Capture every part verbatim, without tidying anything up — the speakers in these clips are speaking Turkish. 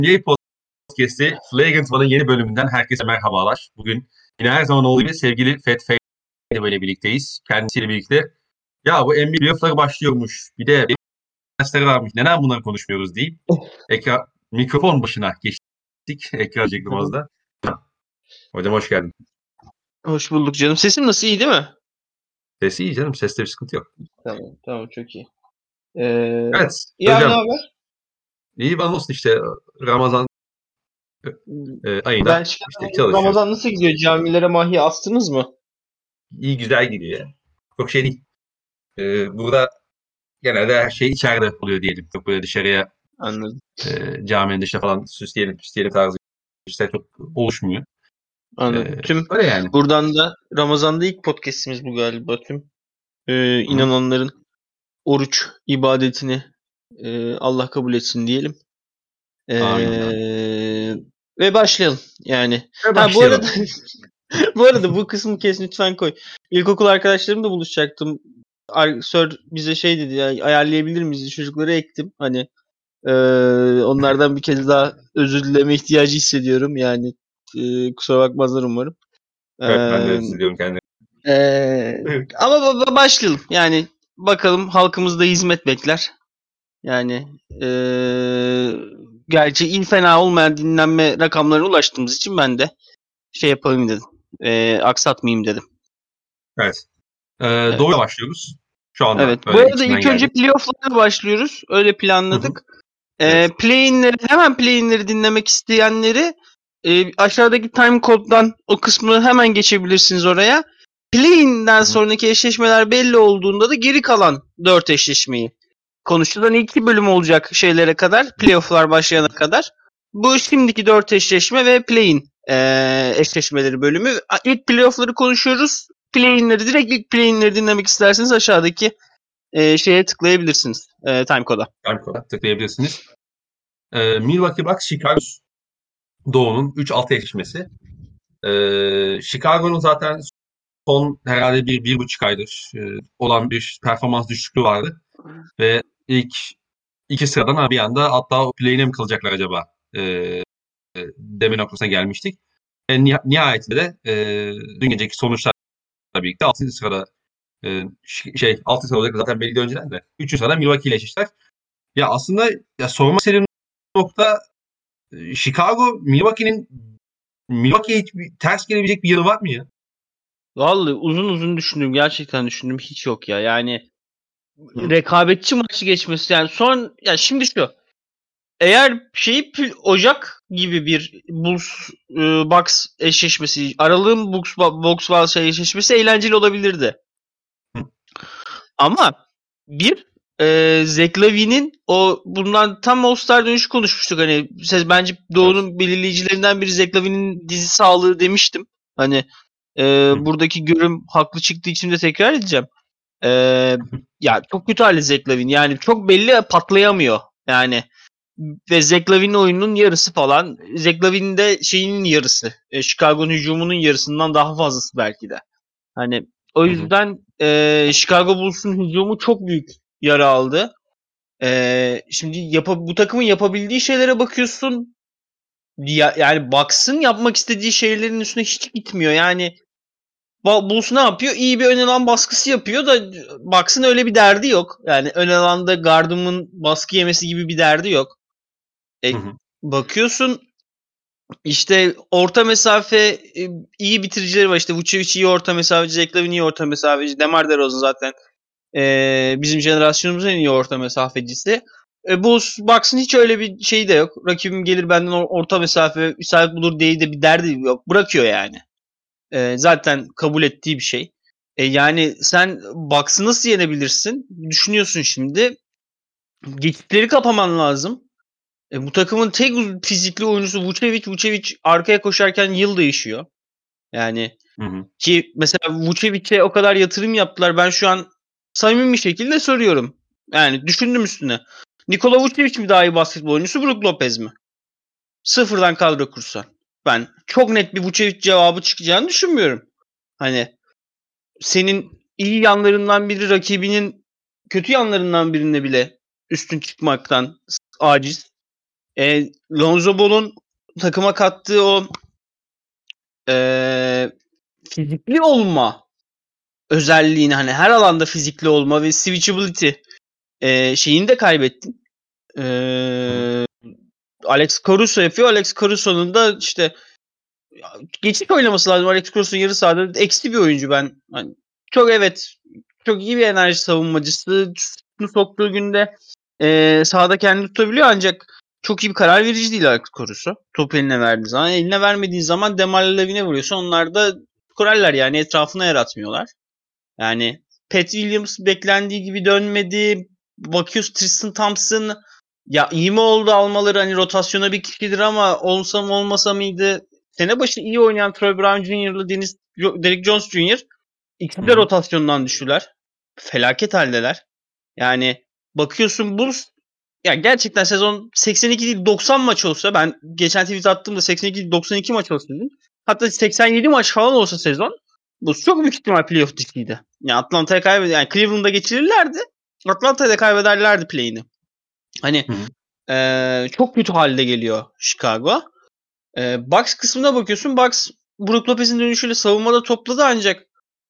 N B A Podcast'i Flagrant One'ın yeni bölümünden herkese merhabalar. Bugün yine her zaman olduğu gibi sevgili Fat Fay ile böyle birlikteyiz. Kendisiyle birlikte ya bu N B A playoff'ları başlıyormuş. Bir de dersleri varmış. Neden bunları konuşmuyoruz deyip ekran, mikrofon başına geçtik. Ekran çektimizde. Hocam hoş geldin. Hoş bulduk canım. Sesim nasıl, iyi değil mi? Sesi iyi canım. Seste bir sıkıntı yok. Tamam, tamam çok iyi. Ee, evet. İyi Hocam. abi, ne haber? İyi bana olsun işte Ramazan e, ayında. Ben işte çalışıyorum. Ramazan nasıl gidiyor? Camilere mahya astınız mı? İyi güzel gidiyor. Çok şey değil. Ee, burada genelde her şey içeride oluyor diyelim. Çok böyle dışarıya Anladım. e, caminin dışında falan süsleyelim, süsleyelim tarzı işler çok oluşmuyor. Anladım. Ee, Tüm öyle yani. buradan da Ramazan'da ilk podcast'imiz bu galiba. Tüm e, inananların oruç ibadetini e, Allah kabul etsin diyelim. E, ve başlayalım yani. Ve ha bu arada başlayalım. bu arada bu kısmı kes lütfen koy. İlkokul arkadaşlarımla buluşacaktım. Sir bize şey dedi ya, ayarlayabilir miyiz? Çocukları ektim. Hani Ee, onlardan bir kez daha özür dileme ihtiyacı hissediyorum. Yani e, kusura bakmazlar umarım. Ee, Evet, ben de özür diliyorum kendime. E, ama ba- başlayalım. Yani bakalım, halkımızda hizmet bekler. Yani e, gerçi in fena olmayan dinlenme rakamlarına ulaştığımız için ben de şey yapayım dedim. E, aksatmayayım dedim. Evet. Ee, Evet. Doğru başlıyoruz. Şu anda. Evet. Bu arada ilk önce playoff'lara başlıyoruz. Öyle planladık. Ee, evet. Play-in'leri, hemen play-in'leri dinlemek isteyenleri e, aşağıdaki time code'dan o kısmını hemen geçebilirsiniz oraya. Play-in'den Hı-hı. sonraki eşleşmeler belli olduğunda da geri kalan dört eşleşmeyi konuşacağız. Hani iki bölüm olacak şeylere kadar, playoff'lar başlayana kadar. Bu şimdiki dört eşleşme ve play-in e, eşleşmeleri bölümü. İlk playoff'ları konuşuyoruz. Play-in'leri, direkt ilk play-in'leri dinlemek isterseniz aşağıdaki e, şeye tıklayabilirsiniz. E, time code'a. Time code'a tıklayabilirsiniz. Ee, Milwaukee Bucks, Chicago Doğu'nun üç altı eşleşmesi. Ee, Chicago'nun zaten son herhalde bir, bir buçuk aydır e, olan bir performans düşüklüğü vardı. Ve ilk iki sıradan bir anda hatta o play'ine mi kalacaklar acaba e, e, deme noktasına gelmiştik. E, nih- nihayetinde de e, dün geceki sonuçlarla birlikte altıncı sırada e, şey altıncı sırada olacak zaten belli önceden de. üçüncü sırada Milwaukee ile eşleştiler. Ya aslında ya sorma istediğim nokta e, Chicago Milwaukee'nin Milwaukee'ye ters gelebilecek bir yanı var mı ya? Vallahi uzun uzun düşündüm. Gerçekten düşündüm. Hiç yok ya. Yani Hı. rekabetçi maçı geçmesi. Yani son, ya şimdi şu. Eğer şey Ocak gibi bir Bulls e, Bucks eşleşmesi, Aralık'ın Bucks Bucks Bulls eşleşmesi eğlenceli olabilirdi. Hı. Ama bir e, Zach LaVine'in o bundan tam All-Star dönüşü konuşmuştuk. Hani siz bence Doğu'nun evet. belirleyicilerinden biri Zach LaVine'in dizi sağlığı demiştim. Hani e, buradaki görüm haklı çıktığı için de tekrar edeceğim. E, ya çok kötü hali Zach LaVine. Yani çok belli, patlayamıyor. Yani ve Zach LaVine'in oyununun yarısı falan. Zach LaVine'in de şeyinin yarısı. E, Chicago'nun hücumunun yarısından daha fazlası belki de. Hani o yüzden e, Chicago Bulls'un hücumu çok büyük yara aldı. E, şimdi yap- bu takımın yapabildiği şeylere bakıyorsun. Ya, yani Bucks'ın yapmak istediği şeylerin üstüne hiç gitmiyor. Yani Bulls ne yapıyor? İyi bir ön alan baskısı yapıyor da Bucks'ın öyle bir derdi yok. Yani ön alanda Gardım'ın baskı yemesi gibi bir derdi yok. E, hı hı. Bakıyorsun işte orta mesafe e, iyi bitiricileri var. İşte Vucevic iyi orta mesafeci, Zach LaVine iyi orta mesafeci, DeMar DeRozan zaten e, bizim jenerasyonumuzun en iyi orta mesafecisi. E, bu Bucks'ın hiç öyle bir şeyi de yok. Rakibim gelir benden orta mesafe isabet bulur diye de bir derdi yok. Bırakıyor yani. E, zaten kabul ettiği bir şey. E, yani sen Bucks'ı nasıl yenebilirsin? Düşünüyorsun şimdi. Geçitleri kapaman lazım. E, bu takımın tek fizikli oyuncusu Vucevic. Vucevic arkaya koşarken yıl değişiyor. Yani hı hı. Ki mesela Vucevic'e o kadar yatırım yaptılar. Ben şu an samimi bir şekilde soruyorum. Yani düşündüm üstüne. Nikola Vucevic mi daha iyi basketbol oyuncusu, Brook Lopez mi? Sıfırdan kadro kursan. Ben çok net bir Vucevic cevabı çıkacağını düşünmüyorum. Hani senin iyi yanlarından biri rakibinin kötü yanlarından birine bile üstün çıkmaktan aciz. E, Lonzo Ball'un takıma kattığı o e, fizikli olma özelliğini, hani her alanda fizikli olma ve switchability e, şeyini de kaybettin. E, Alex Caruso yapıyor. Alex Caruso'nun da işte geçik oynaması lazım. Alex Caruso yarı sahada eksi bir oyuncu ben. Hani çok evet çok iyi bir enerji savunmacısı. Şutunu soktuğu günde e, sahada kendini tutabiliyor ancak çok iyi bir karar verici değil Alex Caruso. Topu eline verdiği zaman. Eline vermediği zaman Demal Levin'e vuruyorsa onlar da kurarlar yani etrafına yaratmıyorlar. Yani Pat Williams beklendiği gibi dönmedi. Bakıyoruz Tristan Thompson ya iyi mi oldu almaları, hani rotasyona bir kişidir ama olsa mı olmasa mıydı? Sene başı iyi oynayan Troy Brown Junior'la Dennis, Derrick Jones Junior ikisi de rotasyondan düştüler. Felaket haldeler. Yani bakıyorsun Bulls ya gerçekten sezon seksen iki değil doksan maç olsa, ben geçen tweet attığımda seksen iki değil doksan iki maç olsa dedim. Hatta seksen yedi maç falan olsa sezon Bulls çok büyük ihtimal playoff dışıydı. Yani Atlanta'ya kaybeder, yani Cleveland'da geçirirlerdi. Atlanta'ya da kaybederlerdi play'ini. Hani ee, çok kötü halde geliyor Chicago. Ee, Bucks kısmına bakıyorsun. Bucks Brook Lopez'in dönüşüyle savunmada topladı ancak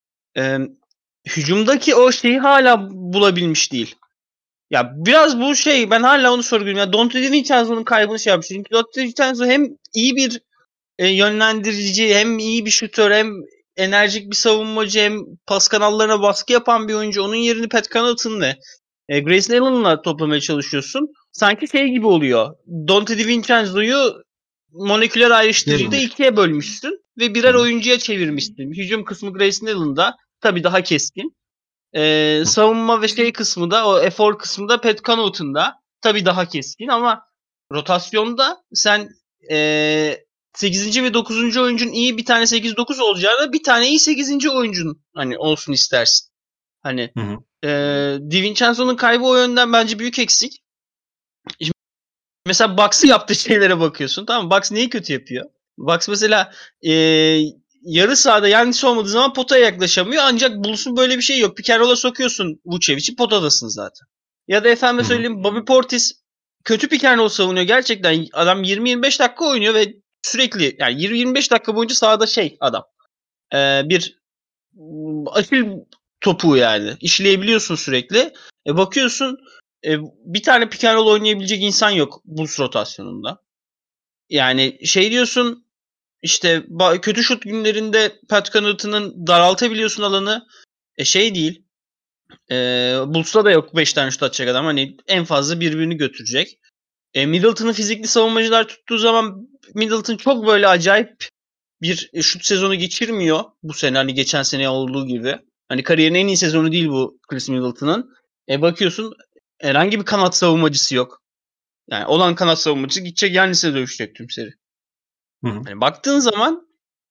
e, hücumdaki o şeyi hala bulabilmiş değil. Ya biraz bu şey, ben hala onu sorguluyorum. Ya Dante DiVincenzo'nun kaybını şey yapmış. Çünkü Dante DiVincenzo hem iyi bir e, yönlendirici, hem iyi bir şutör, hem enerjik bir savunmacı, hem pas kanallarına baskı yapan bir oyuncu. Onun yerini Pat Connaughton'la e, Grayson Allen'la toplamaya çalışıyorsun. Sanki şey gibi oluyor. Dante DiVincenzo'yu moleküler ayrıştırıcıda ikiye bölmüşsün ve birer oyuncuya çevirmişsin. Hücum kısmı Grayson Allen'da tabii daha keskin. Ee, savunma ve şey kısmı da, o efor kısmı da Pat Connaughton'da tabii daha keskin ama rotasyonda sen ee, sekizinci ve dokuzuncu oyuncun iyi bir tane sekiz dokuz olacağına bir tane iyi sekizinci oyuncun hani olsun istersin. Hani hı hı. ee, DiVincenzo'nun kaybı o yönden bence büyük eksik. Şimdi mesela Bucks'ın yaptığı şeylere bakıyorsun. Tamam mı? Bucks neyi kötü yapıyor? Bucks mesela ee, yarı sahada Yannis olmadığı zaman potaya yaklaşamıyor. Ancak Bulls'un böyle bir şey yok. Pick and roll'a sokuyorsun Vucevic'i, potadasın zaten. Ya da efendim söyleyeyim Bobby Portis kötü pick and roll savunuyor. Gerçekten adam yirmi yirmi beş dakika oynuyor ve sürekli yani yirmi yirmi beş dakika boyunca sahada şey adam. Ee, bir aşil topu yani. İşleyebiliyorsun sürekli. E bakıyorsun e, bir tane pick and roll oynayabilecek insan yok Bulls rotasyonunda. Yani şey diyorsun işte kötü şut günlerinde Pat Connaughton'ın daraltabiliyorsun alanı. E şey değil. E, Bulls'ta da yok beş tane şut atacak adam. Hani en fazla birbirini götürecek. E, Middleton'ı fizikli savunmacılar tuttuğu zaman Middleton çok böyle acayip bir şut sezonu geçirmiyor bu sene, hani geçen sene olduğu gibi. Hani kariyerin en iyi sezonu değil bu Chris Middleton'ın. E bakıyorsun herhangi bir kanat savunmacısı yok. Yani olan kanat savunmacısı gidecek Yannis'e dövüşecek tüm seri. Hı hı. Yani baktığın zaman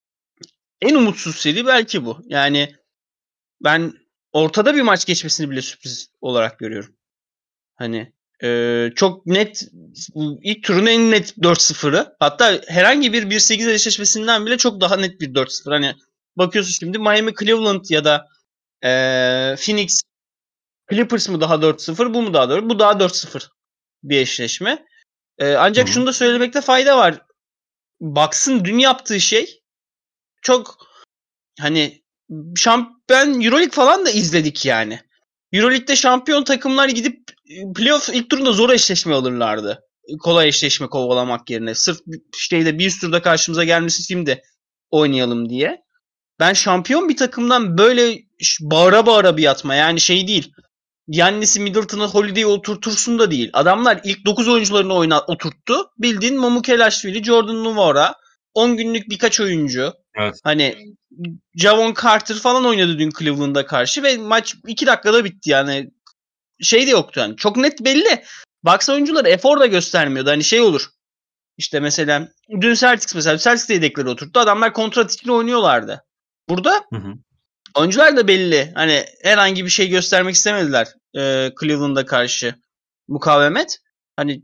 en umutsuz seri belki bu. Yani ben ortada bir maç geçmesini bile sürpriz olarak görüyorum. Hani e, çok net ilk turun en net dört sıfırı. Hatta herhangi bir bir sekiz eşleşmesinden bile çok daha net bir dört sıfır. Hani bakıyorsun şimdi Miami Cleveland ya da e, Phoenix Clippers mı daha dört sıfır, bu mu daha dört? Bu daha dört sıfır bir eşleşme. E, ancak Hı-hı. şunu da söylemekte fayda var. Bucks'ın dün yaptığı şey çok hani şampiyon Euroleague falan da izledik yani. Euroleague'de şampiyon takımlar gidip playoff ilk turunda zor eşleşme alırlardı. Kolay eşleşme kovalamak yerine. Sırf şeyde bir turda karşımıza gelmesi şimdi oynayalım diye. Ben şampiyon bir takımdan böyle bağıra bağıra bir atma, yani şey değil. Yannis'i, Middleton'ı, Holiday'i oturtursun da değil. Adamlar ilk dokuz oyuncularını oyna oturttu. Bildiğin Mamukelashvili, Jordan Nwora, on günlük birkaç oyuncu. Evet. Hani Javon Carter falan oynadı dün Cleveland'a karşı ve maç iki dakikada bitti yani. Şey de yoktu yani. Çok net belli. Bucks oyuncuları efor da göstermiyordu. Hani şey olur. İşte mesela dün Celtics mesela Celtics de yedekleri oturttu. Adamlar kontrat için oynuyorlardı. Burada hı hı. oyuncular da belli. Hani herhangi bir şey göstermek istemediler e, Cleveland'a karşı mukavemet. Hani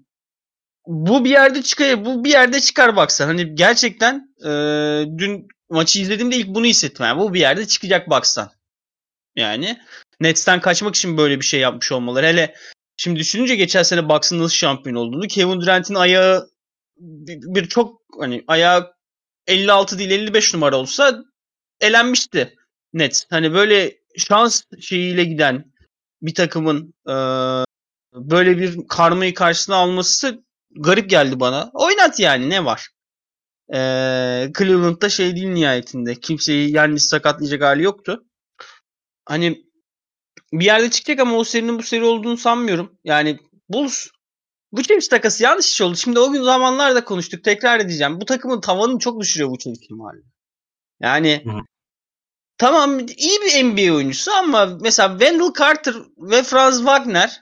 bu bir yerde çıkar, bu bir yerde çıkar baksan. Hani gerçekten e, dün maçı izlediğimde ilk bunu hissettim. Yani bu bir yerde çıkacak baksan. Yani Nets'ten kaçmak için böyle bir şey yapmış olmaları. Hele Şimdi düşününce geçen sene Bucks'ın nasıl şampiyon olduğunu, Kevin Durant'in ayağı bir, bir çok hani ayağı elli altı değil elli beş numara olsa elenmişti net. Hani böyle şans şeyiyle giden bir takımın e, böyle bir karmayı karşısına alması garip geldi bana. Oynat yani, ne var? E, Cleveland'da şey değil nihayetinde. Kimseyi yani sakatlayacak hali yoktu. Hani bir yerde çıkacak ama o serinin bu seri olduğunu sanmıyorum. Yani Bulls Vucevic takası yanlış iş oldu. Şimdi o gün zamanlarda konuştuk. Tekrar edeceğim. Bu takımın tavanını çok düşürüyor Vucevic'in hali. Yani Hı hı. tamam iyi bir N B A oyuncusu ama mesela Wendell Carter ve Franz Wagner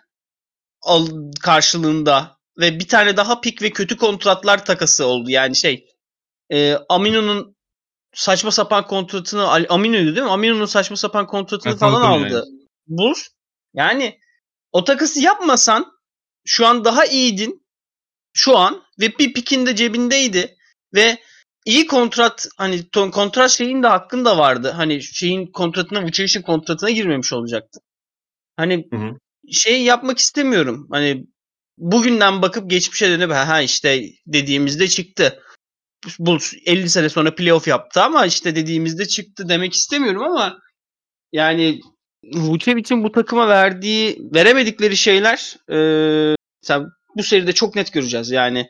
al karşılığında ve bir tane daha pik ve kötü kontratlar takası oldu. Yani şey e, Amino'nun saçma sapan kontratını Amino'ydu değil mi? Amino'nun saçma sapan kontratını Ben falan tanıdım yani. aldı Bulls. Yani o takası yapmasan şu an daha iyiydin. Şu an ve bir pikin de cebindeydi ve iyi kontrat, hani ton, kontrat şeyin de hakkında vardı. Hani şeyin kontratına, Vucevic'in kontratına girmemiş olacaktı. Hani Hı hı. şey yapmak istemiyorum. Hani bugünden bakıp geçmişe dönüp ha işte dediğimizde çıktı. Bulls elli sene sonra playoff yaptı ama işte dediğimizde çıktı demek istemiyorum ama yani Vucevic'in bu takıma verdiği, veremedikleri şeyler e, sen bu seride çok net göreceğiz. Yani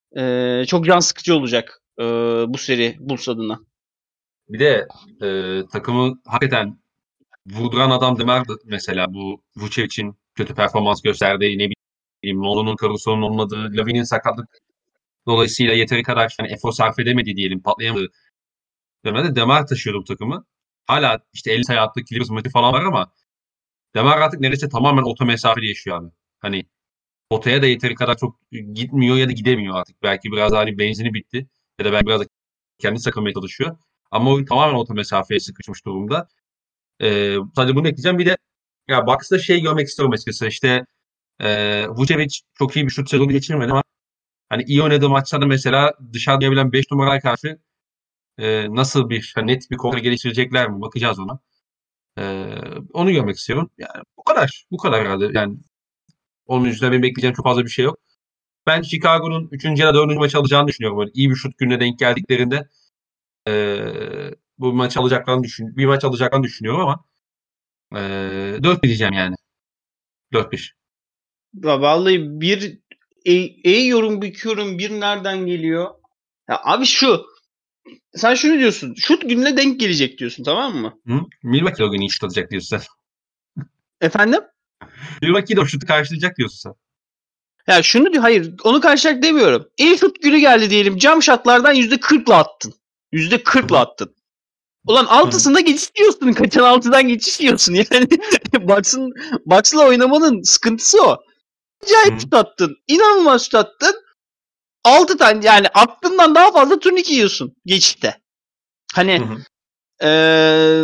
e, çok can sıkıcı olacak e, bu seri Bulls adına. Bir de e, takımı hakikaten vurduran adam Demar'dı mesela, bu Vucevic'in kötü performans gösterdiği, ne bileyim Nolan'ın Caruso'nun olmadığı, Lavin'in sakatlık dolayısıyla yeteri kadar hani efor sarf edemedi diyelim, patlayamadı. Demede Demar taşıyordu bu takımı. Hala işte elli sayı attığı Clippers maçı falan var ama Demar artık neredeyse tamamen orta mesafede yaşıyor abi. Hani potaya da yeteri kadar çok gitmiyor ya da gidemiyor artık. Belki biraz daha hani benzini bitti ya da belki biraz da kendi sakınmaya çalışıyor. Ama o tamamen orta mesafeye sıkışmış durumda. Ee, sadece bunu ekleyeceğim. Bir de ya Bucks'ta şey görmek istiyorum açıkçası. İşte e, Vucevic çok iyi bir şut sezonu geçirmedi ama hani iyi oynadığı maçlarda mesela dışarıda yapabilen beş numaraya karşı e, nasıl bir hani net bir kontra geliştirecekler mi? Bakacağız ona. E, onu görmek istiyorum. Yani bu kadar. Bu kadar herhalde. Yani onun üstüne benim bekleyeceğim çok fazla bir şey yok. Ben Chicago'nun üçüncü ya da dördüncü maçı alacağını düşünüyorum. Böyle iyi bir şut gününe denk geldiklerinde e, bu maç alacaklarını düşün, bir maç alacaklarını düşünüyorum ama e, dört bir diyeceğim yani. dört bir. Ya vallahi bir e, eğiyorum büküyorum, bir nereden geliyor? Ya abi şu, sen şunu diyorsun. Şut gününe denk gelecek diyorsun, tamam mı? Hı? Milwaukee o gün iyi şut atacak diyorsun sen. Efendim? Milwaukee de o şutu karşılayacak diyorsun sen. Ya şunu diyor, hayır onu karşılayacak demiyorum. İyi şut günü geldi diyelim. Cam şatlardan yüzde kırkla attın. Yüzde Hı kırkla hı. attın. Ulan Hı hı. altısında geçiş diyorsun. Kaçan altıdan geçiş diyorsun. Yani Bucks'ın Bucks'la oynamanın sıkıntısı o. Hı Acayip hı. şut attın. İnanılmaz şut attın. altı tane yani attığından daha fazla turnike yiyorsun geçişte. Hı Hani hı. ee,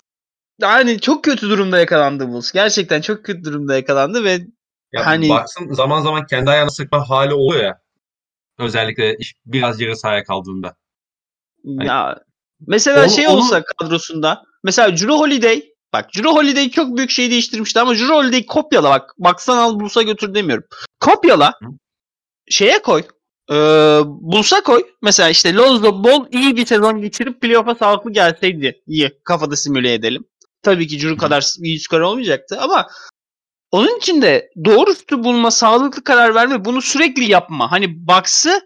yani çok kötü durumda yakalandı Bulls. Gerçekten çok kötü durumda yakalandı ve Ya hani Bucks'ın zaman zaman kendi ayağına sıkma hali oluyor ya. Özellikle iş biraz yarı sahaya kaldığında. Hani ya mesela onu, şey onu olsa kadrosunda, mesela Jrue Holiday, bak Jrue Holiday çok büyük şey değiştirmişti ama Jrue Holiday kopyala bak. Baksan al Bulls'a götür demiyorum. Kopyala, hı şeye koy. E, Bulls'a koy. Mesela işte Lonzo Ball iyi bir sezon geçirip playoff'a sağlıklı gelseydi iyi. Kafada simüle edelim. Tabii ki Jrue hı. kadar iyi skor olmayacaktı ama onun için de doğru şutu bulma, sağlıklı karar verme, bunu sürekli yapma. Hani Bucks'ı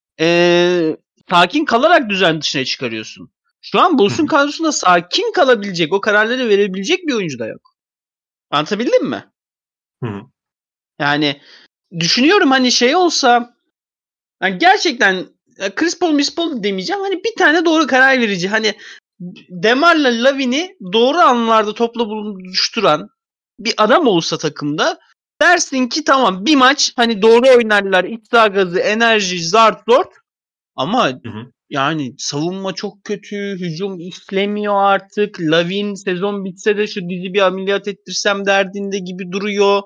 ee, sakin kalarak düzen dışına çıkarıyorsun. Şu an Hı Bulls'un hı. kadrosunda sakin kalabilecek, o kararları verebilecek bir oyuncu da yok. Anlatabildim mi? Hı hı. Yani düşünüyorum hani şey olsa, yani gerçekten Chris Paul, Miss Paul demeyeceğim. Hani bir tane doğru karar verici. Hani Demar'la Lavin'i doğru anlarda topla buluşturan bir adam olsa takımda, dersin ki tamam bir maç hani doğru oynarlar. İddia gazı, enerji, zart, zort. Ama Hı hı. yani savunma çok kötü. Hücum işlemiyor artık. Lavin sezon bitse de şu dizi bir ameliyat ettirsem derdinde gibi duruyor.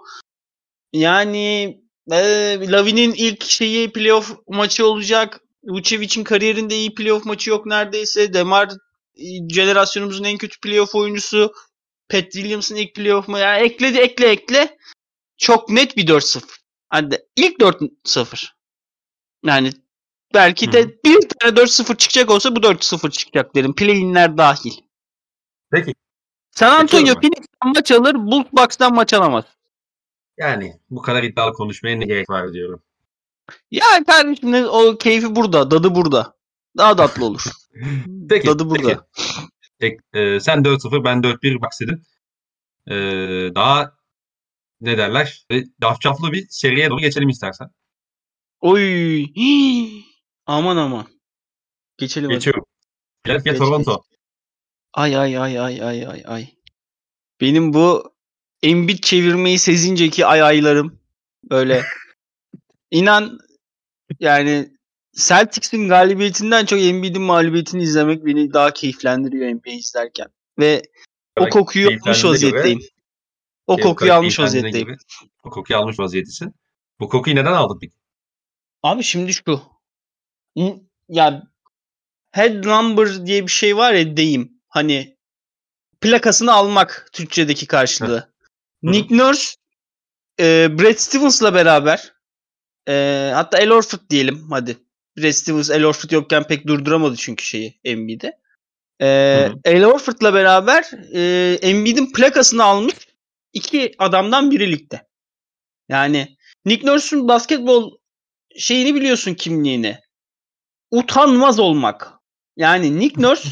Yani e, Lavin'in ilk şeyi playoff maçı olacak. Vucevic'in kariyerinde iyi playoff maçı yok neredeyse. Demar e, jenerasyonumuzun en kötü playoff oyuncusu. Pat Williams'ın ilk playoff maçı. Yani ekledi ekle ekle. çok net bir dört sıfır. Hadi ilk dört sıfır. Yani belki de Hı. bir tane dört sıfır çıkacak olsa bu dört sıfır çıkacak derim. Play-in'ler dahil. Peki. San Antonio Phoenix'ten maç alır, Bulls Bucks'tan maç alamaz. Yani bu kadar iddialı konuşmaya ne gerek var diyorum. Ya kardeşim o keyfi burada, dadı burada. Daha tatlı olur. Peki. Dadı burada. Peki. E, sen dört sıfır, ben dört bir Bucks dedin. E, daha ne derler? E, cafcaflı bir seriye doğru geçelim istersen. Oy. Hii. Aman aman. Geçelim Geçiyorum. hadi. Philadelphia Toronto. Ay ay ay ay ay ay ay. Benim bu Embiid çevirmeyi sezinceki ay aylarım böyle. İnan yani Celtics'in galibiyetinden çok Embiid'in mağlubiyetini izlemek beni daha keyiflendiriyor N B A izlerken. Ve o kokuyu almış vaziyetteyim. Göre, o kokuyu almış vaziyetteyim. Göre, o kokuyu almış vaziyettesin. Bu kokuyu neden aldın peki? Abi şimdi şu. Ya head number diye bir şey var ya deyim. Hani plakasını almak Türkçedeki karşılığı. Nick Nurse e, Brad Stevens'la beraber e, hatta Al Horford diyelim hadi. Brad Stevens Al Horford yokken pek durduramadı çünkü şeyi Embiid'i. E, Al Horford'la beraber e, Embiid'in plakasını almış iki adamdan biri ligde. Yani Nick Nurse'un basketbol şeyini biliyorsun, kimliğini. Utanmaz olmak. Yani Nick Nurse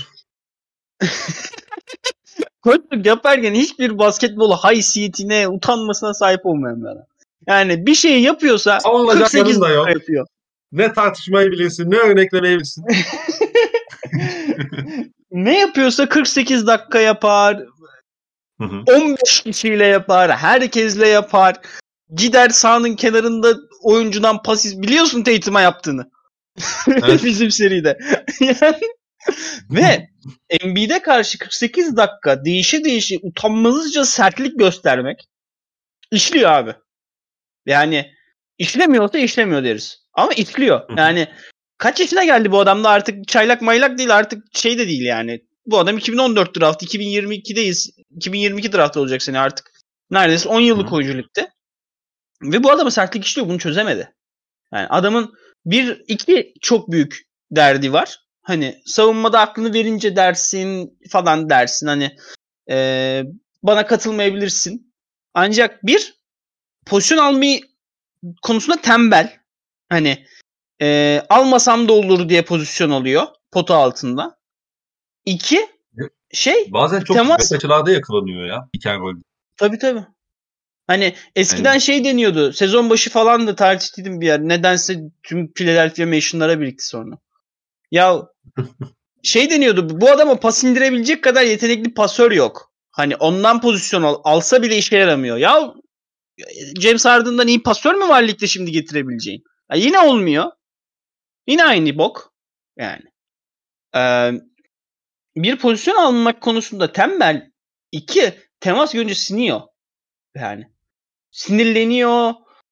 koçluk yaparken hiçbir basketbol haysiyetine, utanmasına sahip olmayan bir adam. Yani bir şey yapıyorsa kırk sekiz dakika yapıyor. Ne tartışmayı bilirsin, ne örneklemeyi bilirsin. Ne yapıyorsa kırk sekiz dakika yapar. Hı hı. on beş kişiyle yapar. Herkesle yapar. Gider sahanın kenarında oyuncudan pas iz... Biliyorsun Tatum'a yaptığını. Evet. Bizim seride. Yani... Ve N B A'de karşı kırk sekiz dakika değişe değişe utanmazca sertlik göstermek işliyor abi. Yani işlemiyorsa işlemiyor deriz. Ama işliyor. Yani kaç yaşına geldi bu adam da, artık çaylak maylak değil, artık şey de değil yani. Bu adam iki bin on dört draft, iki bin yirmi ikideyiz. iki bin yirmi iki draft olacak sene artık. Neredeyse on yıllık oyuncu ligde. Ve bu adama sertlik işliyor, bunu çözemedi. Yani adamın bir iki çok büyük derdi var. Hani savunmada aklını verince dersin falan dersin. Hani e, bana katılmayabilirsin. Ancak bir, pozisyon almayı konusunda tembel. Hani e, almasam da olur diye pozisyon alıyor pota altında. İki, şey bazen çok temas açılarda yakalanıyor ya. İki gol. Tabii tabii. Hani eskiden yani... şey deniyordu. Sezon başı falan da tartıştıydım bir yer. Nedense tüm Philadelphia Nation'lara birikti sonra. Ya şey deniyordu. Bu adama pas indirebilecek kadar yetenekli pasör yok. Hani ondan pozisyon al, alsa bile işe yaramıyor. Ya James Harden'dan iyi pasör mü var ligde şimdi getirebileceğin? Ya yine olmuyor. Yine aynı bok. Yani. Ee, bir pozisyon almak konusunda tembel. İki, temas görünce siniyor. Yani. Sinirleniyor.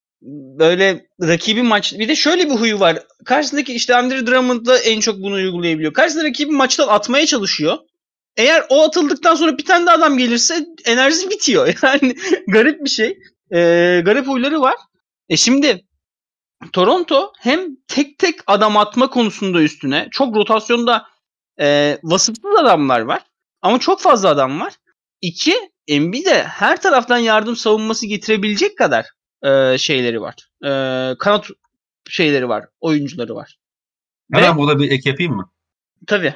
Böyle rakibi maç... Bir de şöyle bir huyu var. Karşısındaki işte Andre Drummond da en çok bunu uygulayabiliyor. Karşısında rakibi maçtan atmaya çalışıyor. Eğer o atıldıktan sonra bir tane daha adam gelirse enerjisi bitiyor. Yani garip bir şey. Ee, garip huyları var. E şimdi Toronto hem tek tek adam atma konusunda üstüne, çok rotasyonda e, vasıfsız adamlar var. Ama çok fazla adam var. İki, N B A'de her taraftan yardım savunması getirebilecek kadar e, şeyleri var. E, kanat şeyleri var. Oyuncuları var. Hemen Ve, burada bir ek yapayım mı? Tabii.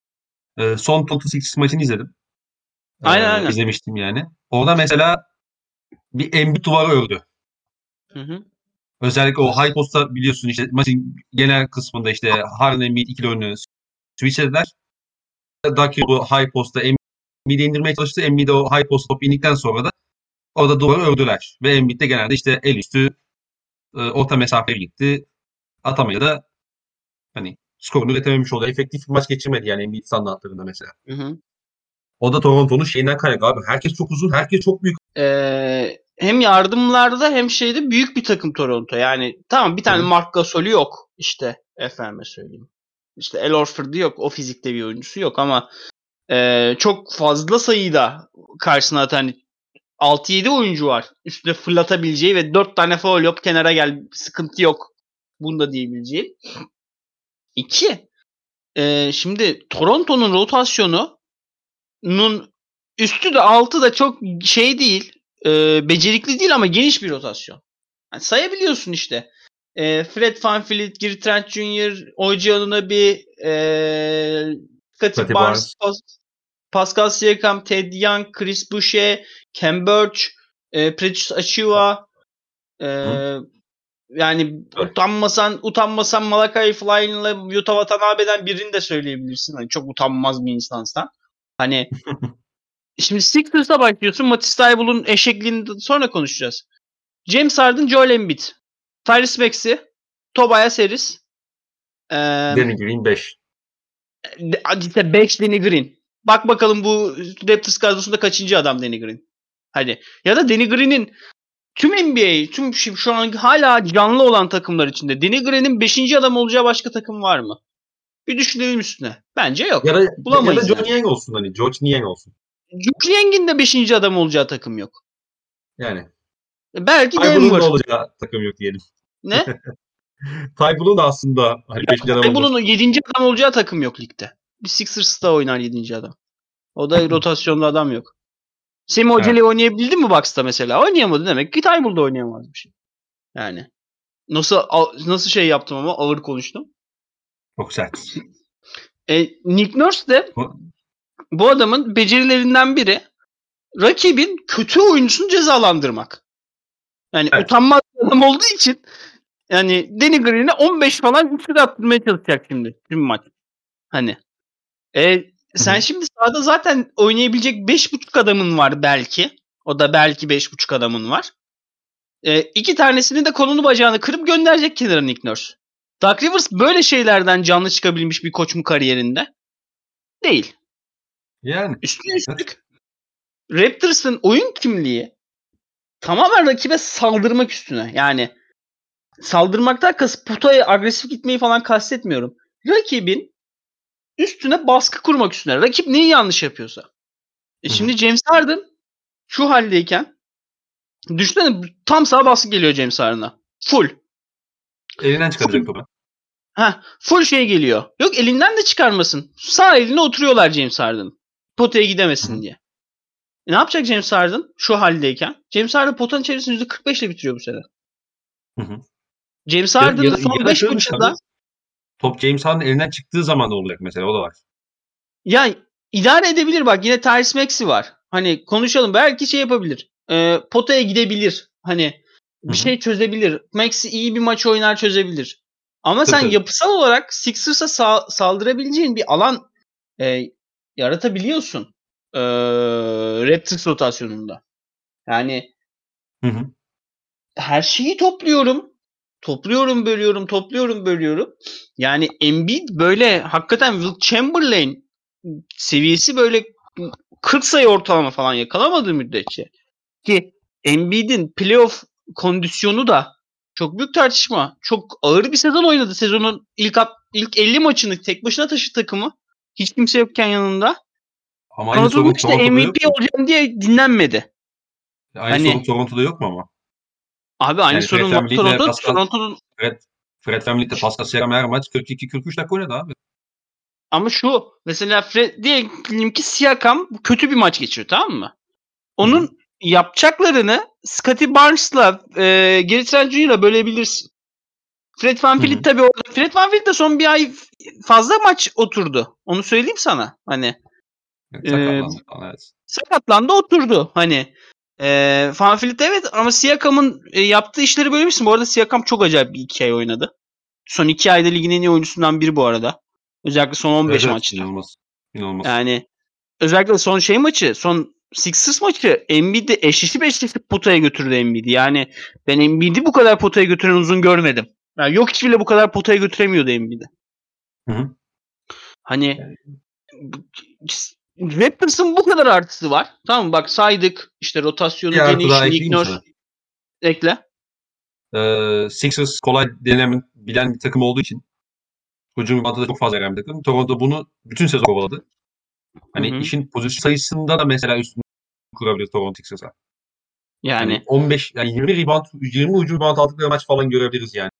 E, son Toronto Sixers maçını izledim. Aynen e, aynen. İzlemiştim yani. Orada mesela bir Embiid duvarı ördü. Hı hı. Özellikle o high post'ta biliyorsun işte maçın genel kısmında işte Harden Embiid ikili oyunu switchlediler. Daki bu high post'ta Embiid'i indirmeye çalıştı. Embiid o high post top indikten sonra da orada duvarı ördüler. Ve Embiid de genelde işte el üstü e, orta mesafeye gitti. Atamaya da hani skorunu üretememiş oldu. Efektif bir maç geçirmedi yani Embiid standartlarında mesela. Hı hı. O da Toronto'nun şeyinden kaynaklı abi. Herkes çok uzun, herkes çok büyük. Ee, hem yardımlarda hem şeyde büyük bir takım Toronto. Yani tamam, bir tane Hı. Marc Gasol'ü yok. İşte efendime söyleyeyim. İşte Al Horford'u yok. O fizikte bir oyuncusu yok ama e, çok fazla sayıda karşısına atan altı yedi oyuncu var. Üstüne fırlatabileceği ve dört tane faul yap kenara gel. Sıkıntı yok. Bunu da diyebileceği. İki. E, şimdi Toronto'nun rotasyonunun üstü de altı da çok şey değil. E, becerikli değil ama geniş bir rotasyon. Yani sayabiliyorsun işte. E, Fred VanVleet, Gary Trent Junior, O G Anunoby, e, Scottie Barnes, Barnes. Pascal Siakam, Ted Young, Chris Boucher, Cam Birch, e, Precious Achiuwa, e, yani evet. utanmasan utanmasan Malachi Flyn'la Yuta Watanabe'den birini de söyleyebilirsin. Hani çok utanmaz bir insansan. Hani şimdi Sixers'a başlıyorsun. Matisse Thybulle'un eşekliğini sonra konuşacağız. James Harden, Joel Embiid, Tyrese Maxey, Tobias Harris, ee, Danny Green beş. İşte beş Danny Green. Bak bakalım bu Raptors kadrosunda kaçıncı adam Danny Green? Hadi. Ya da Danny Green'in tüm N B A, tüm şu an hala canlı olan takımlar içinde Danny Green'in beşinci adam olacağı başka takım var mı? Bir düşünelim üstüne. Bence yok. Ya da, bulamayız ya da George yani. Niang olsun hani. George Niang olsun. George Niang'in de beşinci adam olacağı takım yok. Yani. Belki Denver. Da olacağı takım yok diyelim. Ne? Tybulle'un da aslında hani beşinci adam olacak. Tybulle'un yedinci adam olacağı takım yok ligde. Bir Sixers'ta oynar yedinci adam. O da rotasyonda adam yok. Semi Ojeley evet. Oynayabildi mi Bucks'ta mesela? Oynayamadı demek ki Tybulle'da oynayamazmış. Yani. Nasıl nasıl şey yaptım ama ağır konuştum. Çok sert. E, Nick Nurse de bu adamın becerilerinden biri rakibin kötü oyuncusunu cezalandırmak. Yani evet. Utanmaz adam olduğu için yani Danny Green'e on beş falan üçlü attırmaya çalışacak şimdi tüm maç. Hani. E, sen Hı-hı. şimdi sahada zaten oynayabilecek beş buçuk adamın var belki. O da belki beş buçuk adamın var. E, iki tanesini de kolunu bacağını kırıp gönderecek kenara Nick Nurse. Doug Rivers böyle şeylerden canlı çıkabilmiş bir koç mu kariyerinde? Değil. Yani. Üstüne üstlük Raptors'ın oyun kimliği tamamen rakibe saldırmak üstüne. Yani saldırmaktan kasıp potaya agresif gitmeyi falan kastetmiyorum. Rakibin üstüne baskı kurmak üstüne. Rakip neyi yanlış yapıyorsa. E şimdi James Harden şu haldeyken düşünsene tam sağ baskı geliyor James Harden'a. Full. Elinden çıkaracak topu. Ha, full şey geliyor. Yok elinden de çıkarmasın. Sağ eline oturuyorlar James Harden. Potaya gidemesin Hı-hı. diye. E ne yapacak James Harden şu haldeyken? James Harden potanın çevresini yüzde kırk beş ile bitiriyor bu sene. Hı-hı. James Harden'ın son beş maçında top James Harden'ın elinden çıktığı zaman da olacak mesela o da var. Ya idare edebilir bak yine Tyrese Maxey var. Hani konuşalım belki şey yapabilir. E, potaya gidebilir. Hani bir Hı-hı. şey çözebilir. Maxey iyi bir maç oynar çözebilir. Ama Tabii. sen yapısal olarak Sixers'a sa- saldırabileceğin bir alan e, yaratabiliyorsun. E, Raptors rotasyonunda. Yani Hı-hı. her şeyi topluyorum. Topluyorum, bölüyorum, topluyorum, bölüyorum. Yani Embiid böyle hakikaten Will Chamberlain seviyesi böyle kırk sayı ortalama falan yakalamadığı müddetçe ki Embiid'in playoff kondisyonu da çok büyük tartışma. Çok ağır bir sezon oynadı. Sezonun ilk ilk elli maçını tek başına taşı takımı. Hiç kimse yokken yanında. Ama aynı sorun işte M V P olacağım diye dinlenmedi. Aynı hani, sorun Toronto'da yok mu ama? Abi aynı yani sorun var Toronto. Toronto'nun Fred, Fred VanVleet'le Pascal Siakam her maç kırk iki kırk üç dakika oynadı abi. Ama şu mesela Fred diyelim ki Siakam kötü bir maç geçiriyor tamam mı? Onun Hı-hı. yapacaklarını Scottie Barnes'la e, Gary Trent Junior'la bölebilirsin. Fred VanVleet tabii orada. Fred VanVleet de son bir ay fazla maç oturdu. Onu söyleyeyim sana. Hani sakatlandı. E, evet. Sakatlandı oturdu. Hani e, VanVleet evet ama Siakam'ın e, yaptığı işleri bölmüşsün. Bu arada Siakam çok acayip bir iki ay oynadı. Son iki ayda ligin en iyi oyuncusundan biri bu arada. Özellikle son on beş evet, maçta. İnanılmaz. İnanılmaz. Yani özellikle son şey maçı, son Sixers maçı Embiid'i eşleşip eşleşip potaya götürdü Embiid'i. Yani ben Embiid'i bu kadar potaya götüren uzun görmedim. Yani yok hiç bile bu kadar potaya götüremiyordu Embiid'i. Hı hı. Hani yani. Raptors'ın bu kadar artısı var. Tamam bak saydık. İşte rotasyonu bir geniş. Nick Nurse. Ekle. Ee, Sixers kolay denemen bilen bir takım olduğu için hücum adı da çok fazla veren bir takım. Toronto bunu bütün sezon kovaladı. Hani Hı-hı. işin pozisyon sayısında da mesela üstünü kurabilir Toronto Sixers'a. Yani, Yani on beş yani yirmi rebound, yirmi hücum rebound aldıkları maç falan görebiliriz yani.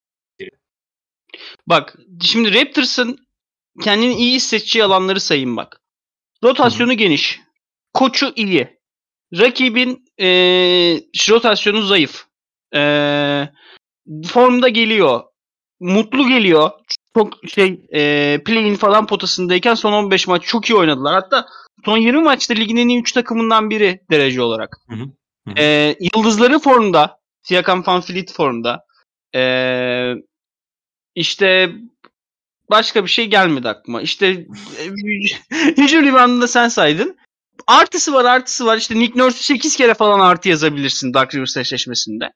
Bak şimdi Raptors'ın kendini iyi hissedeceği alanları sayayım bak. Rotasyonu Hı-hı. geniş. Koçu iyi. Rakibin ee, rotasyonu zayıf. Ee, formda geliyor. Mutlu geliyor. Çok şey ee, play-in falan potasındayken son on beş maç çok iyi oynadılar. Hatta son yirmi maçta ligin en iyi üç takımından biri derece olarak. Hı hı. Hı hı. Ee, yıldızları formda. Siakam, VanVleet formda. Ee, işte başka bir şey gelmedi aklıma. İşte hücum reboundında sen saydın. Artısı var artısı var. İşte Nick Nurse'u sekiz kere falan artı yazabilirsin Dark Rivers eşleşmesinde.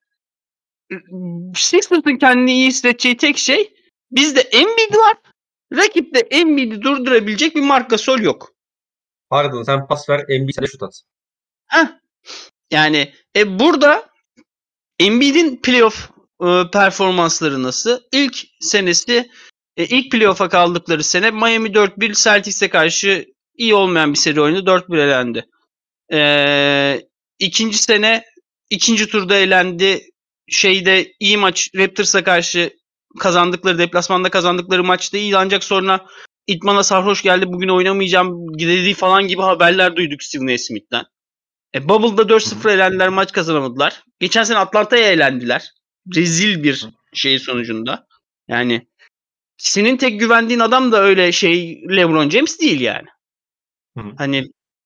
Sixers'ın kendini iyi hissedeceği tek şey bizde Embiid var. Rakipte Embiid'i durdurabilecek bir Marc Gasol yok. Pardon sen pas ver Embiid'e şut at. Heh. Yani e, burada Embiid'in playoff e, performansları nasıl? İlk senesi e, ilk playoff'a kaldıkları sene Miami dört bir Celtics'e karşı iyi olmayan bir seri oynadı. dört bir elendi. E, ikinci sene ikinci turda elendi. Şeyde iyi maç Raptors'a karşı kazandıkları deplasmanda kazandıkları maçta iyi ancak sonra İtman'a sarhoş geldi bugün oynamayacağım dediği falan gibi haberler duyduk Stephen A. Smith'ten. E, Bubble'da dört sıfır elendiler, maç kazanamadılar. Geçen sene Atlanta'ya elendiler. Rezil bir şey sonucunda. Yani senin tek güvendiğin adam da öyle şey LeBron James değil yani. Hı hı. Hani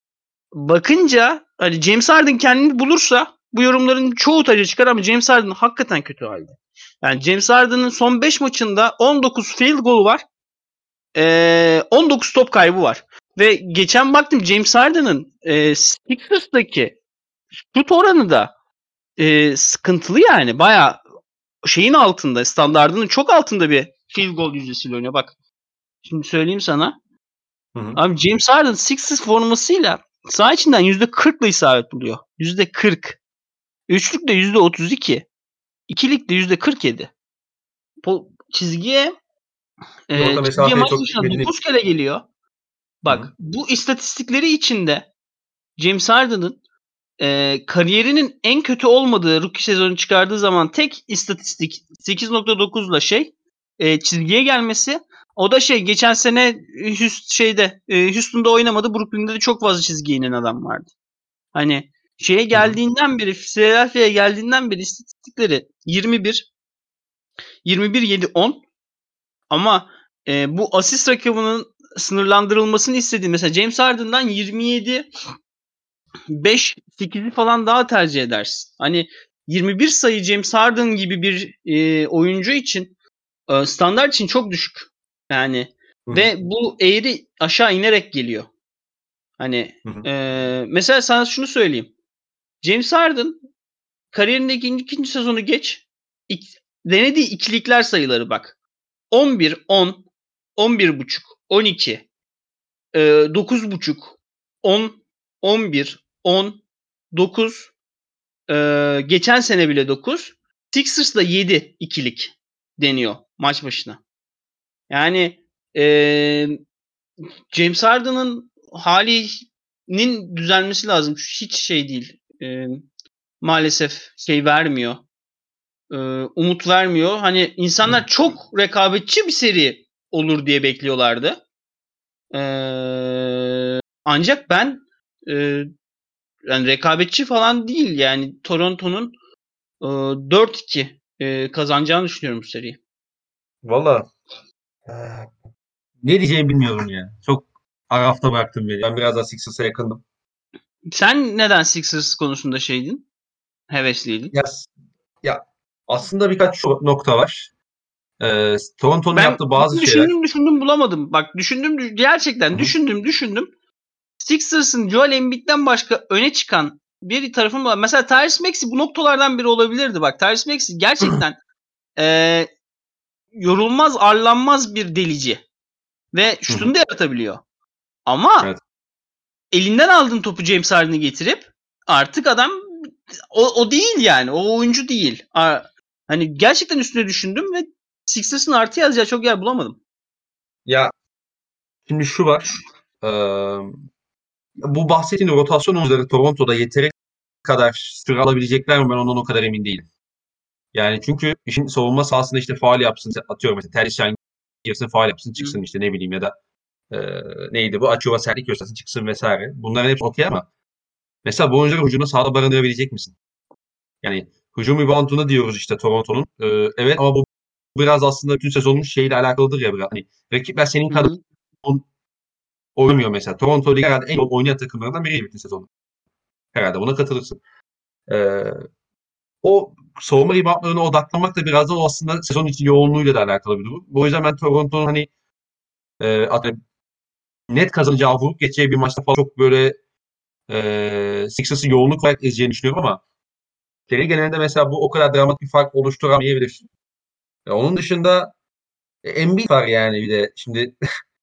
bakınca hani James Harden kendini bulursa bu yorumların çoğu taca çıkar ama James Harden hakikaten kötü halde. Yani James Harden'ın son beş maçında on dokuz field goal var. Ee, on dokuz top kaybı var. Ve geçen baktım James Harden'ın e, Sixers'daki şut oranı da e, sıkıntılı yani. Bayağı şeyin altında, standardının çok altında bir field goal yüzdesiyle oynuyor. Bak şimdi söyleyeyim sana. Hı hı. Abi James Harden Sixers formasıyla saha içinden yüzde kırkla isabet buluyor. yüzde kırk. Üçlükte yüzde otuz iki. İkilikte yüzde kırk yedi. Po- çizgiye e, Orta çizgiye mesafeye maç çok başına gitmediğini. dokuz kere geliyor. Hı Bak hı. bu istatistikleri içinde James Harden'ın e, kariyerinin en kötü olmadığı rookie sezonu çıkardığı zaman tek istatistik sekiz nokta dokuzla şey e, çizgiye gelmesi. O da şey geçen sene Houston, şeyde e, Houston'da oynamadı. Brooklyn'de de çok fazla çizgiye inen adam vardı. Hani şeye geldiğinden beri Philadelphia'ya geldiğinden beri istatistikleri yirmi bir yirmi bir yedi on ama e, bu asist rakamının sınırlandırılmasını istediği mesela James Harden'dan yirmi yedi beş sekizi falan daha tercih edersin. Hani yirmi bir sayı James Harden gibi bir e, oyuncu için e, standart için çok düşük. Yani Hı hı. ve bu eğri aşağı inerek geliyor. Hani Hı hı. e, mesela sana şunu söyleyeyim. James Harden kariyerindeki ikinci, ikinci sezonu geç. İk, denediği ikilikler sayıları bak. on bir on on bir buçuk on iki e, dokuz buçuk on on bir on dokuz Ee, geçen sene bile dokuz. Sixers'da yedi ikilik deniyor maç başına. Yani ee, James Harden'ın halinin düzelmesi lazım. Hiç şey değil. Ee, maalesef şey vermiyor. Ee, umut vermiyor. Hani insanlar çok rekabetçi bir seri olur diye bekliyorlardı. Ee, ancak ben e, yani rekabetçi falan değil. Yani Toronto'nun dört iki e, kazanacağını düşünüyorum bu seriyi. Valla ne diyeceğimi bilmiyorum ya. Çok arafta bıraktın beni. Ben biraz daha Sixers'a yakındım. Sen neden Sixers konusunda şeydin? Hevesliydin. Ya, ya aslında birkaç nokta var. Ee, Toronto'nun Ben yaptığı bazı şeyler. düşündüm düşündüm bulamadım. Bak düşündüm gerçekten Hı hı. düşündüm düşündüm. Sixers'ın Joel Embiid'den başka öne çıkan bir tarafım var. Mesela Tyrese Maxey bu noktalardan biri olabilirdi. Bak Tyrese Maxey gerçekten e, yorulmaz arlanmaz bir delici. Ve Hı hı. şutunu da yaratabiliyor. Ama Evet. elinden aldığın topu James Harden'ı getirip artık adam o, o değil yani. O oyuncu değil. Hani gerçekten üstüne düşündüm ve Sixers'ın artı yazacağı çok yer bulamadım. Ya şimdi şu var. Ee, bu bahsettiğin rotasyon oyuncuları Toronto'da yeterek kadar süre alabilecekler mi, ben ondan o kadar emin değilim. Yani çünkü işin savunma sahasında işte faul yapsın, atıyorum mesela Taliscan girsin faul yapsın çıksın Hı. işte ne bileyim ya da e, neydi bu Açuva sertlik göstersin çıksın vesaire. Bunların hepsi okey ama mesela bu oyuncuları hücumda sahada barındırabilecek misin? Yani hücum rebounduna diyoruz işte Toronto'nun. E, evet ama bu biraz aslında bütün sezonun şeyle alakalıdır ya biraz. Hani rakipler senin kadar oynamıyor mesela. Toronto Ligi herhalde en iyi oynayan takımlarından biriydi bütün sezonu. Herhalde buna katılırsın. Ee, o savunma reboundlarına odaklamak da biraz da o aslında sezon için yoğunluğuyla da alakalı bir durum. O yüzden ben Toronto'nun hani e, net kazanacağı, vurup geçeceği bir maçta falan çok böyle e, Sixers'ı yoğunluk olarak ezeceğini düşünüyorum ama seri genelinde mesela bu o kadar dramatik bir fark oluşturamayabilir. E, onun dışında e, N B A var yani bir de. Şimdi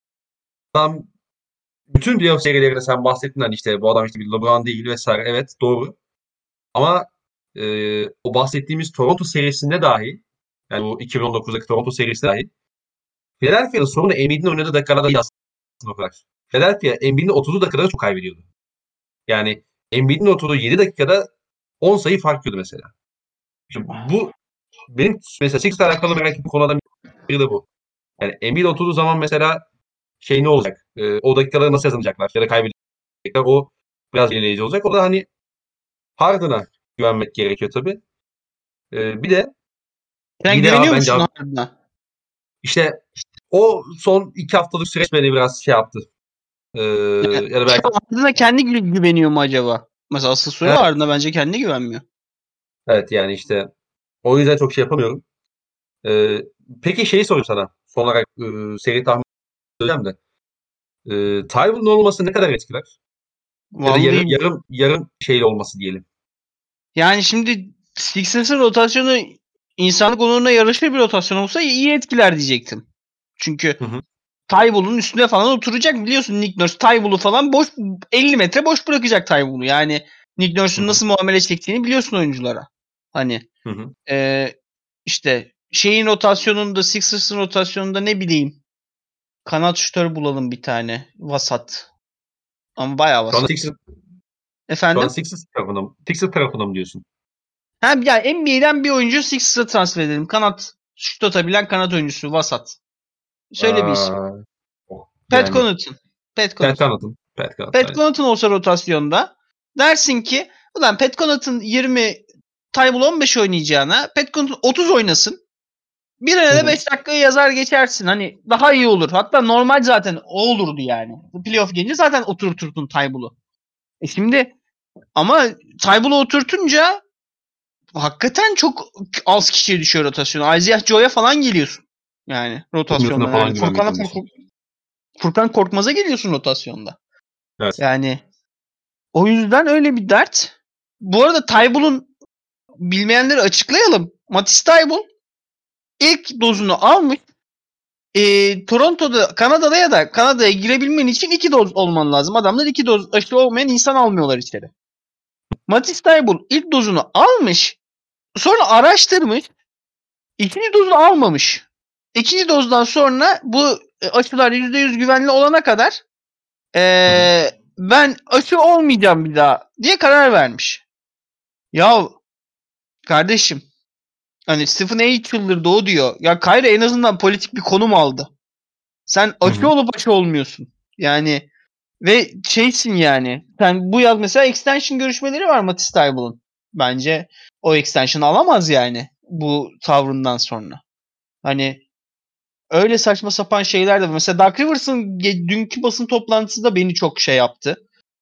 tam bütün playoff serilerinde sen bahsettin hani işte bu adam işte bir LeBron değil vesaire. Evet doğru. Ama e, o bahsettiğimiz Toronto serisinde dahi yani bu iki bin on dokuzdaki Toronto serisinde dahi Philadelphia'nın sorunu Embiid'in oynadığı dakikalarda değil aslında o kadar. Philadelphia Embiid'in otuz dakikada çok kaybediyordu. Yani Embiid'in oturduğu yedi dakikada on sayı fark yiyordu mesela. Şimdi bu benim mesela Six'le alakalı merak ettiğim konulardan biri de bu. Yani Embiid oturduğu zaman mesela şey ne olacak? E, o dakikaları nasıl yazılacaklar ya da kaybedecekler? O biraz belirleyici olacak. O da hani Harden'a güvenmek gerekiyor tabii. E, bir de Sen bir de abi güveniyor bence musun abi, Harden'a? işte o son iki haftalık süreç beni biraz şey yaptı. Ee, Yani, ya da belki Harden'a kendi gü- güveniyor mu acaba? Mesela asıl soru evet, Harden'a bence kendi güvenmiyor. evet yani işte o yüzden çok şey yapamıyorum. Ee, peki şeyi sorayım sana. Son olarak e, seri tahmin edeceğim de. E, Tybull'un olması ne kadar etkiler? Ya da yarım Vallahi yarım yarım şeyli olması diyelim. yani şimdi Sixers'ın rotasyonu insanlık onuruna yaraşır bir rotasyon olsa iyi etkiler diyecektim. Çünkü Hı hı. Tybull'un üstüne falan oturacak biliyorsun Nick Nurse Tybull'u falan boş elli metre boş bırakacak Tybull'u. Yani Nick Hı Nurse'un hı. nasıl muamele çektiğini biliyorsun oyunculara. Hani Hı hı. e, işte şeyin rotasyonunda Sixers'ın rotasyonunda ne bileyim kanat şutörü bulalım bir tane vasat. Ama bayağı Şu anda vasat. Sixers, şu anda Efendim? Sixers tarafına mı? Sixers tarafına mı diyorsun? Hem yani N B A'den bir oyuncu Sixers'a transfer edelim. Kanat şut atabilen kanat oyuncusu vasat. Söyle bir isim. Aa, Pat yani Connaughton. Pat Pat Connaughton. Connaughton. Pat Connaughton. Pat Aynen. Connaughton olsa rotasyonda dersin ki ulan Pat Connaughton yirmi Tybull on beş oynayacağına Pat Connaughton otuz oynasın. Birine Hı de hı. beş dakikayı yazar geçersin. Hani daha iyi olur. Hatta normal zaten o olurdu yani. Playoff gelince zaten oturturtun Tybull'u. E şimdi ama Tybull'u oturtunca hakikaten çok az kişiye düşüyor rotasyonu. Isaiah Joe'ya falan geliyorsun. Yani Uzunlusuna rotasyonda falan neredeyse. güvenmek Furkan'a zorundasın. Furkan Korkmaz'a geliyorsun rotasyonda. Evet. Yani o yüzden öyle bir dert. Bu arada Tybull'un bilmeyenleri açıklayalım. Matisse Thybulle ilk dozunu almış. E, Toronto'da, Kanada'da ya da Kanada'ya girebilmen için iki doz olman lazım. Adamlar iki doz aşı olmayan insan almıyorlar içeri. Matisse Thybulle ilk dozunu almış. Sonra araştırmış. İkinci dozu almamış. İkinci dozdan sonra bu aşılar yüzde yüz güvenli olana kadar Hı hı. ee, ben aşı olmayacağım bir daha diye karar vermiş. Ya kardeşim hani Stephen A. çıldırdı o diyor. Ya Kyrie en azından politik bir konum aldı. Sen Hı aşı hı. olup aşı olmuyorsun. Yani ve şeysin yani. Sen bu yaz mesela extension görüşmeleri var Matisse Thybulle'un. Bence o extension alamaz yani bu tavrından sonra. Hani öyle saçma sapan şeyler de var. Mesela Dark Rivers'ın dünkü basın toplantısı da beni çok şey yaptı.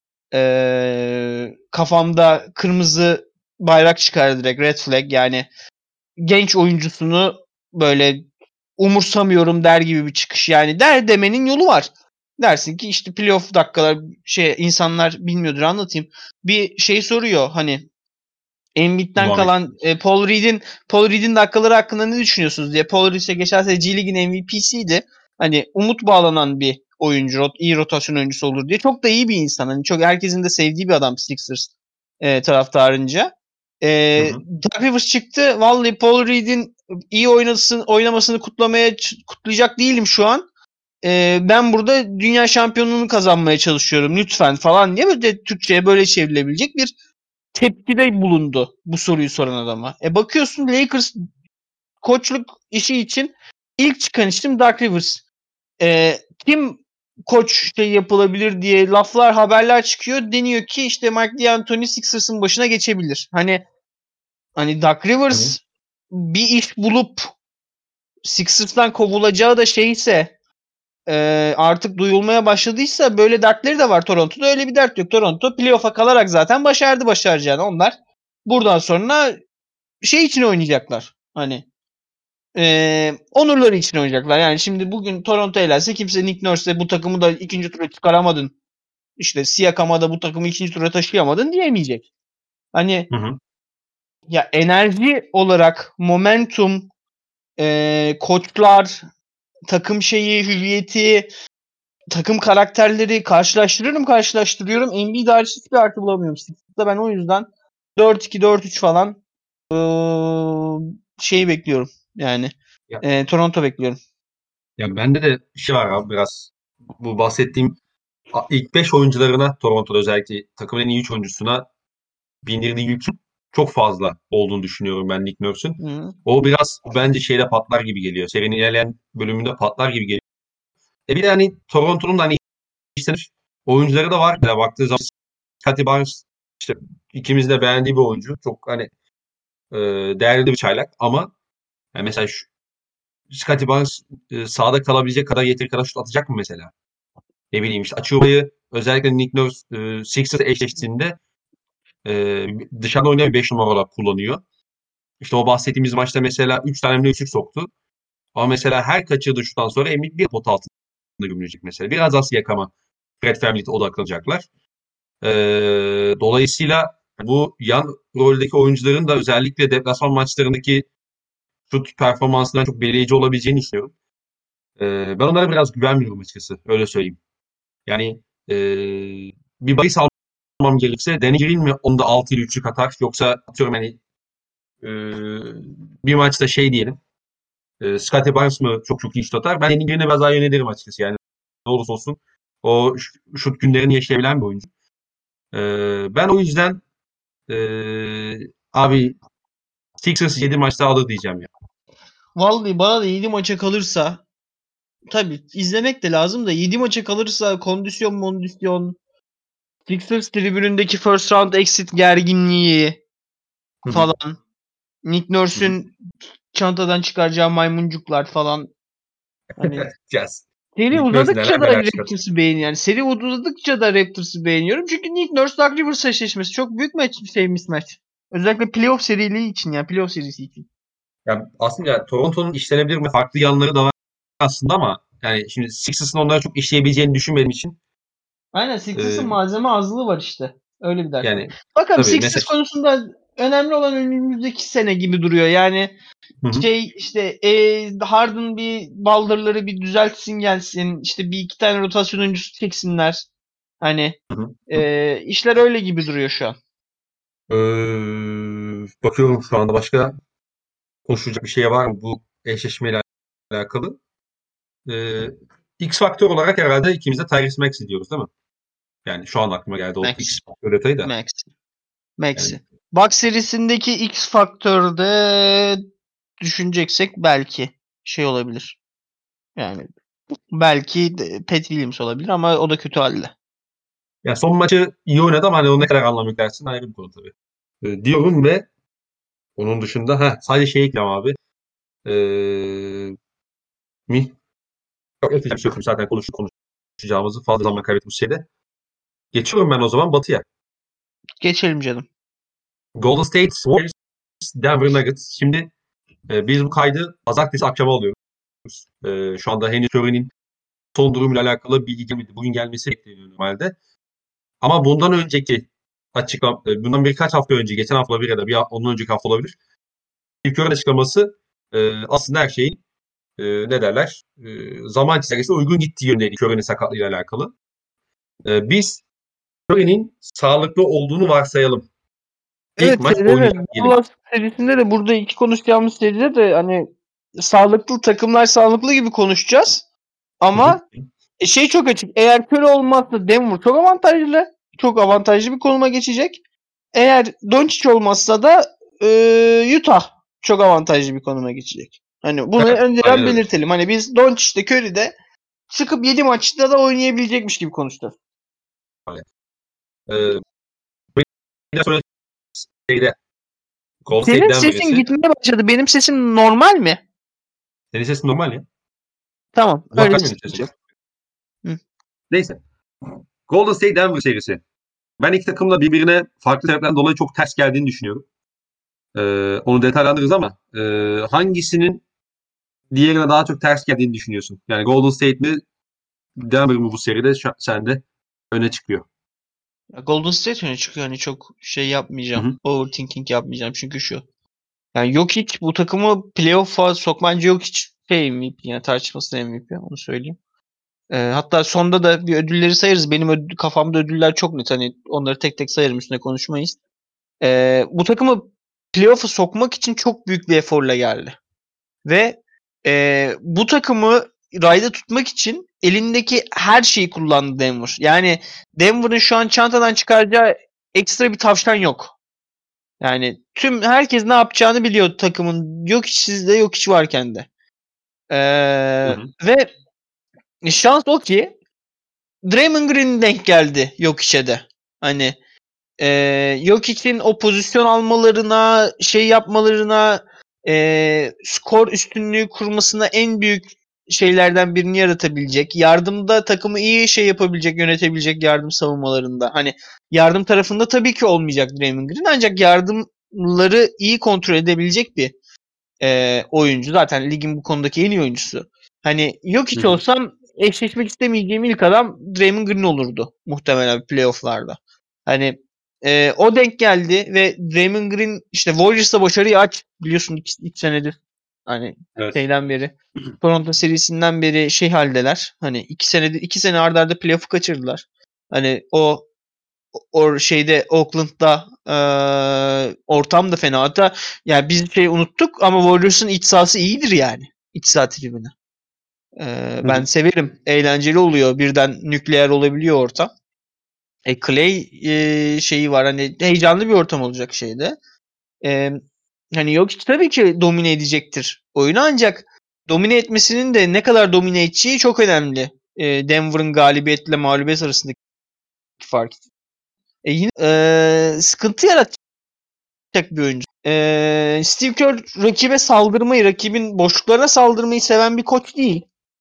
Ee, kafamda kırmızı bayrak çıkardı direkt. Red flag yani genç oyuncusunu böyle umursamıyorum der gibi bir çıkış. Yani der demenin yolu var. Dersin ki işte playoff dakikalar şey insanlar bilmiyordur anlatayım. Bir şey soruyor hani Embiid'den Muhammed. kalan e, Paul Reed'in Paul Reed'in dakikaları hakkında ne düşünüyorsunuz diye. Paul Reed ise geçen sene G League'in M V P'siydi. Hani umut bağlanan bir oyuncu, iyi rotasyon oyuncusu olur diye. Çok da iyi bir insan. Hani çok herkesin de sevdiği bir adam Sixers e, taraftarınca. E, Hı hı. Doug Rivers çıktı. Vallahi Paul Reed'in iyi oynasın, oynamasını kutlamaya kutlayacak değilim şu an. E, ben burada dünya şampiyonluğunu kazanmaya çalışıyorum lütfen falan diye böyle Türkçe'ye böyle çevrilebilecek bir tepkide bulundu bu soruyu soran adama. E bakıyorsun Lakers koçluk işi için ilk çıkan isim Doc Rivers. E, kim koç şey yapılabilir diye laflar, haberler çıkıyor. Deniyor ki işte Mike D'Antoni Sixers'ın başına geçebilir. Hani hani Doc Rivers Hı. bir iş bulup Sixers'tan kovulacağı da şeyse e, artık duyulmaya başladıysa böyle dertleri de var Toronto'da. Öyle bir dert yok. Toronto playoff'a kalarak zaten başardı başaracağını. Onlar buradan sonra şey için oynayacaklar. Hani e, onurları için oynayacaklar. Yani şimdi bugün Toronto elense kimse Nick Nurse'e bu takımı da ikinci tura çıkaramadın. İşte Siakam'a da bu takımı ikinci tura taşıyamadın diyemeyecek. Hani Hı hı. ya enerji olarak momentum, e, koçlar, takım şeyi, hüviyeti, takım karakterleri karşılaştırıyorum karşılaştırıyorum. N B A hariç hiçbir artı bulamıyorum. Sixers'ta ben o yüzden dört iki dört üç falan ee, şeyi bekliyorum. Yani Ya, e, Toronto bekliyorum. ya bende de şey var abi biraz. Bu bahsettiğim a- ilk beş oyuncularına Toronto'da özellikle takımın en iyi üç oyuncusuna bindirdiği yükün çok fazla olduğunu düşünüyorum ben Nick Nurse'un. Hı. O biraz bence şeyde patlar gibi geliyor. Serinin ilerleyen bölümünde patlar gibi geliyor. E bir de hani Toronto'nun da hani istenir oyuncuları da var. Yani baktığı zaman Scottie Barnes işte ikimiz de beğendiği bir oyuncu. Çok hani e, değerli bir çaylak ama yani mesela şu, Scottie Barnes e, sahada kalabilecek kadar yeteri kadar şut atacak mı mesela? Ne bileyim işte Achuba'yı özellikle Nick Nurse e, Sixers eşleştiğinde e, dışarıda oynayan beş numara olarak kullanıyor. İşte o bahsettiğimiz maçta mesela üç tane bile üçlük soktu. Ama mesela her kaçırdığı şuttan sonra Embiid bir pot altında gömülecek mesela. Biraz az yakama Fred VanVleet'e odaklanacaklar. E, dolayısıyla bu yan roldeki oyuncuların da özellikle deplasman maçlarındaki şut performanslarının çok belirleyici olabileceğini düşünüyorum. E, ben onlara biraz güvenmiyorum açıkçası. Öyle söyleyeyim. Yani e, bir bahis almam gerekirse Danny Green mi onda altı ile üçlük atar yoksa atıyorum hani e, bir maçta şey diyelim e, Scottie Barnes mı çok çok iyi şut atar? Ben Danny Green'e biraz daha yönelirim açıkçası yani. Ne olursa olsun o şut günlerini yaşayabilen bir oyuncu. E, ben o yüzden e, abi Sixers yedi maçta alır diyeceğim ya. Vallahi bana da yedi maça kalırsa tabii izlemek de lazım da yedi maça kalırsa kondisyon mondisyon Sixers tribünündeki first round exit gerginliği Hı hı. falan Nick Hı hı. Nurse'ün çantadan çıkaracağı maymuncuklar falan hani Yes. seri Nick Nurse uzadıkça neler da neler çıkartır. Raptors'ı beğeniyorum. Yani seri uzadıkça da Raptors'ı beğeniyorum. Çünkü Nick Nurse Doug Rivers eşleşmesi çok büyük maç, şey mismatch. Özellikle playoff seriliği için yani playoff serisi için. Yani aslında yani Toronto'nun işlenebilir ve farklı yanları da var aslında ama yani şimdi Sixers'ın onlara çok işleyebileceğini düşünmediğim için Aynen Sixers'ın e, malzeme azlığı var işte. Öyle bir dert var. yani Bakalım tabii Sixers mesela konusunda önemli olan önümüzdeki sene gibi duruyor. Yani hı hı, şey işte e, Harden bir baldırları bir düzeltsin gelsin. İşte bir iki tane rotasyon oyuncusu çeksinler. Hani hı hı. e, işler öyle gibi duruyor şu an. Ee, bakıyorum şu anda başka konuşacak bir şey var mı bu eşleşmeyle alakalı? Ee, X faktör olarak herhalde ikimiz de Tyrese Maxey diyoruz değil mi? Yani şu an aklıma geldi o X Max. faktör detayı da. Max. Yani Max'i. Bucks serisindeki X faktörde düşüneceksek belki şey olabilir. Yani belki de Pat Williams olabilir ama o da kötü halde. yani son maçı iyi oynadı ama hani o ne kadar anlam yüklersin ayrı bir konu tabii. Ee, diyorum ve onun dışında ha sadece şey ekleyeyim abi. Ee, mi? Yok ekleyeceğim bir şey yok. Zaten konuştuk konuşacağımızı fazla zaman kaybetmiş şeyde. Geçiyorum ben o zaman Batı'ya. Geçelim canım. Golden State Warriors, Denver Nuggets. Şimdi e, biz bu kaydı pazartesi akşamı alıyoruz. E, şu anda henüz Curry'nin son durumuyla alakalı bilgi gelmedi. Bugün gelmesi bekleniyor normalde. Ama bundan önceki açıklam e, bundan birkaç hafta önce, geçen hafta olabilir ya da bir ondan önceki hafta olabilir. Steve Curry'nin açıklaması e, aslında her şeyin e, ne derler e, zaman çizelgesine uygun gittiği yönündeydi Curry'nin sakatlığıyla alakalı. E, biz Curry'nin sağlıklı olduğunu varsayalım. İlk Evet, maç şeyde de oynayacak diyelim. Dallas serisinde de burada iki konuşacağımız seride de hani sağlıklı takımlar sağlıklı gibi konuşacağız. Hı hı. Ama e, şey çok açık. Eğer Curry olmazsa Denver çok avantajlı. Çok avantajlı bir konuma geçecek. Eğer Doncic olmazsa da e, Utah çok avantajlı bir konuma geçecek. Hani bunu Evet, önceden aynen öyle. belirtelim. Hani biz Doncic'te Curry'de çıkıp yedi maçta da oynayabilecekmiş gibi konuştuk. Ee, bir de sonra şeyde Golden State Senin Denver sesin serisi. gitmeye başladı. Benim sesim normal mi? Senin sesin normal ya. Tamam. Öyle Uzaklaşmıyor sıkıntı sesin. yok. Hı. Neyse. Golden State Denver serisi. Ben iki takımla birbirine farklı sebeplerden dolayı çok ters geldiğini düşünüyorum. Ee, onu detaylandırırız ama e, hangisinin diğerine daha çok ters geldiğini düşünüyorsun? Yani Golden State mi Denver mi bu seride şu- sende öne çıkıyor? Ya Golden State öne çıkıyor. Hani çok şey yapmayacağım. Hı hı. Overthinking yapmayacağım. Çünkü şu. Yani yok hiç bu takımı playoff'a sokmancı yok hiç şey M V P. Yani tartışmasız M V P. Onu söyleyeyim. Ee, hatta sonda da bir ödülleri sayarız. Benim ödül, kafamda ödüller çok net. Hani onları tek tek sayarım. Üstüne konuşmayız. Ee, bu takımı playoff'a sokmak için çok büyük bir eforla geldi. Ve e, bu takımı rayda tutmak için elindeki her şeyi kullandı Denver. Yani Denver'ın şu an çantadan çıkaracağı ekstra bir tavşan yok. Yani tüm herkes ne yapacağını biliyor takımın. Yok hiç sizde yok hiç varken de. Ee, Hı hı. ve şans o ki Draymond Green denk geldi yok içe de. Hani e, yok için o pozisyon almalarına, şey yapmalarına, e, skor üstünlüğü kurmasına en büyük şeylerden birini yaratabilecek. Yardımda takımı iyi şey yapabilecek, yönetebilecek yardım savunmalarında. Hani yardım tarafında tabii ki olmayacak Draymond Green ancak yardımları iyi kontrol edebilecek bir e, oyuncu. Zaten ligin bu konudaki en iyi oyuncusu. Hani yok Hı hiç hı. olsam eşleşmek istemeyeceğim ilk adam Draymond Green olurdu muhtemelen playoff'larda. Hani e, o denk geldi ve Draymond Green işte Warriors'la başarıyı aç biliyorsun iki, iki senedir. Hani Evet. şeyden beri Toronto serisinden beri şey haldeler. Hani iki senedir iki sene arda arda playoff'u kaçırdılar. Hani o o şeyde Oakland'da e, ortam da fena. Hatta yani biz şey unuttuk ama Warriors'ın iç sahası iyidir yani. İç saha tribünü. E, Hı ben hı. severim. Eğlenceli oluyor. Birden nükleer olabiliyor ortam. E, Clay e, şeyi var. Hani heyecanlı bir ortam olacak şeyde. E, hani yok tabii ki domine edecektir oyunu ancak domine etmesinin de ne kadar domine edeceği çok önemli. E, Denver'ın galibiyetle mağlubiyet arasındaki fark. E, yine e, sıkıntı yaratacak bir oyuncu. E, Steve Kerr rakibe saldırmayı, rakibin boşluklarına saldırmayı seven bir koç değil.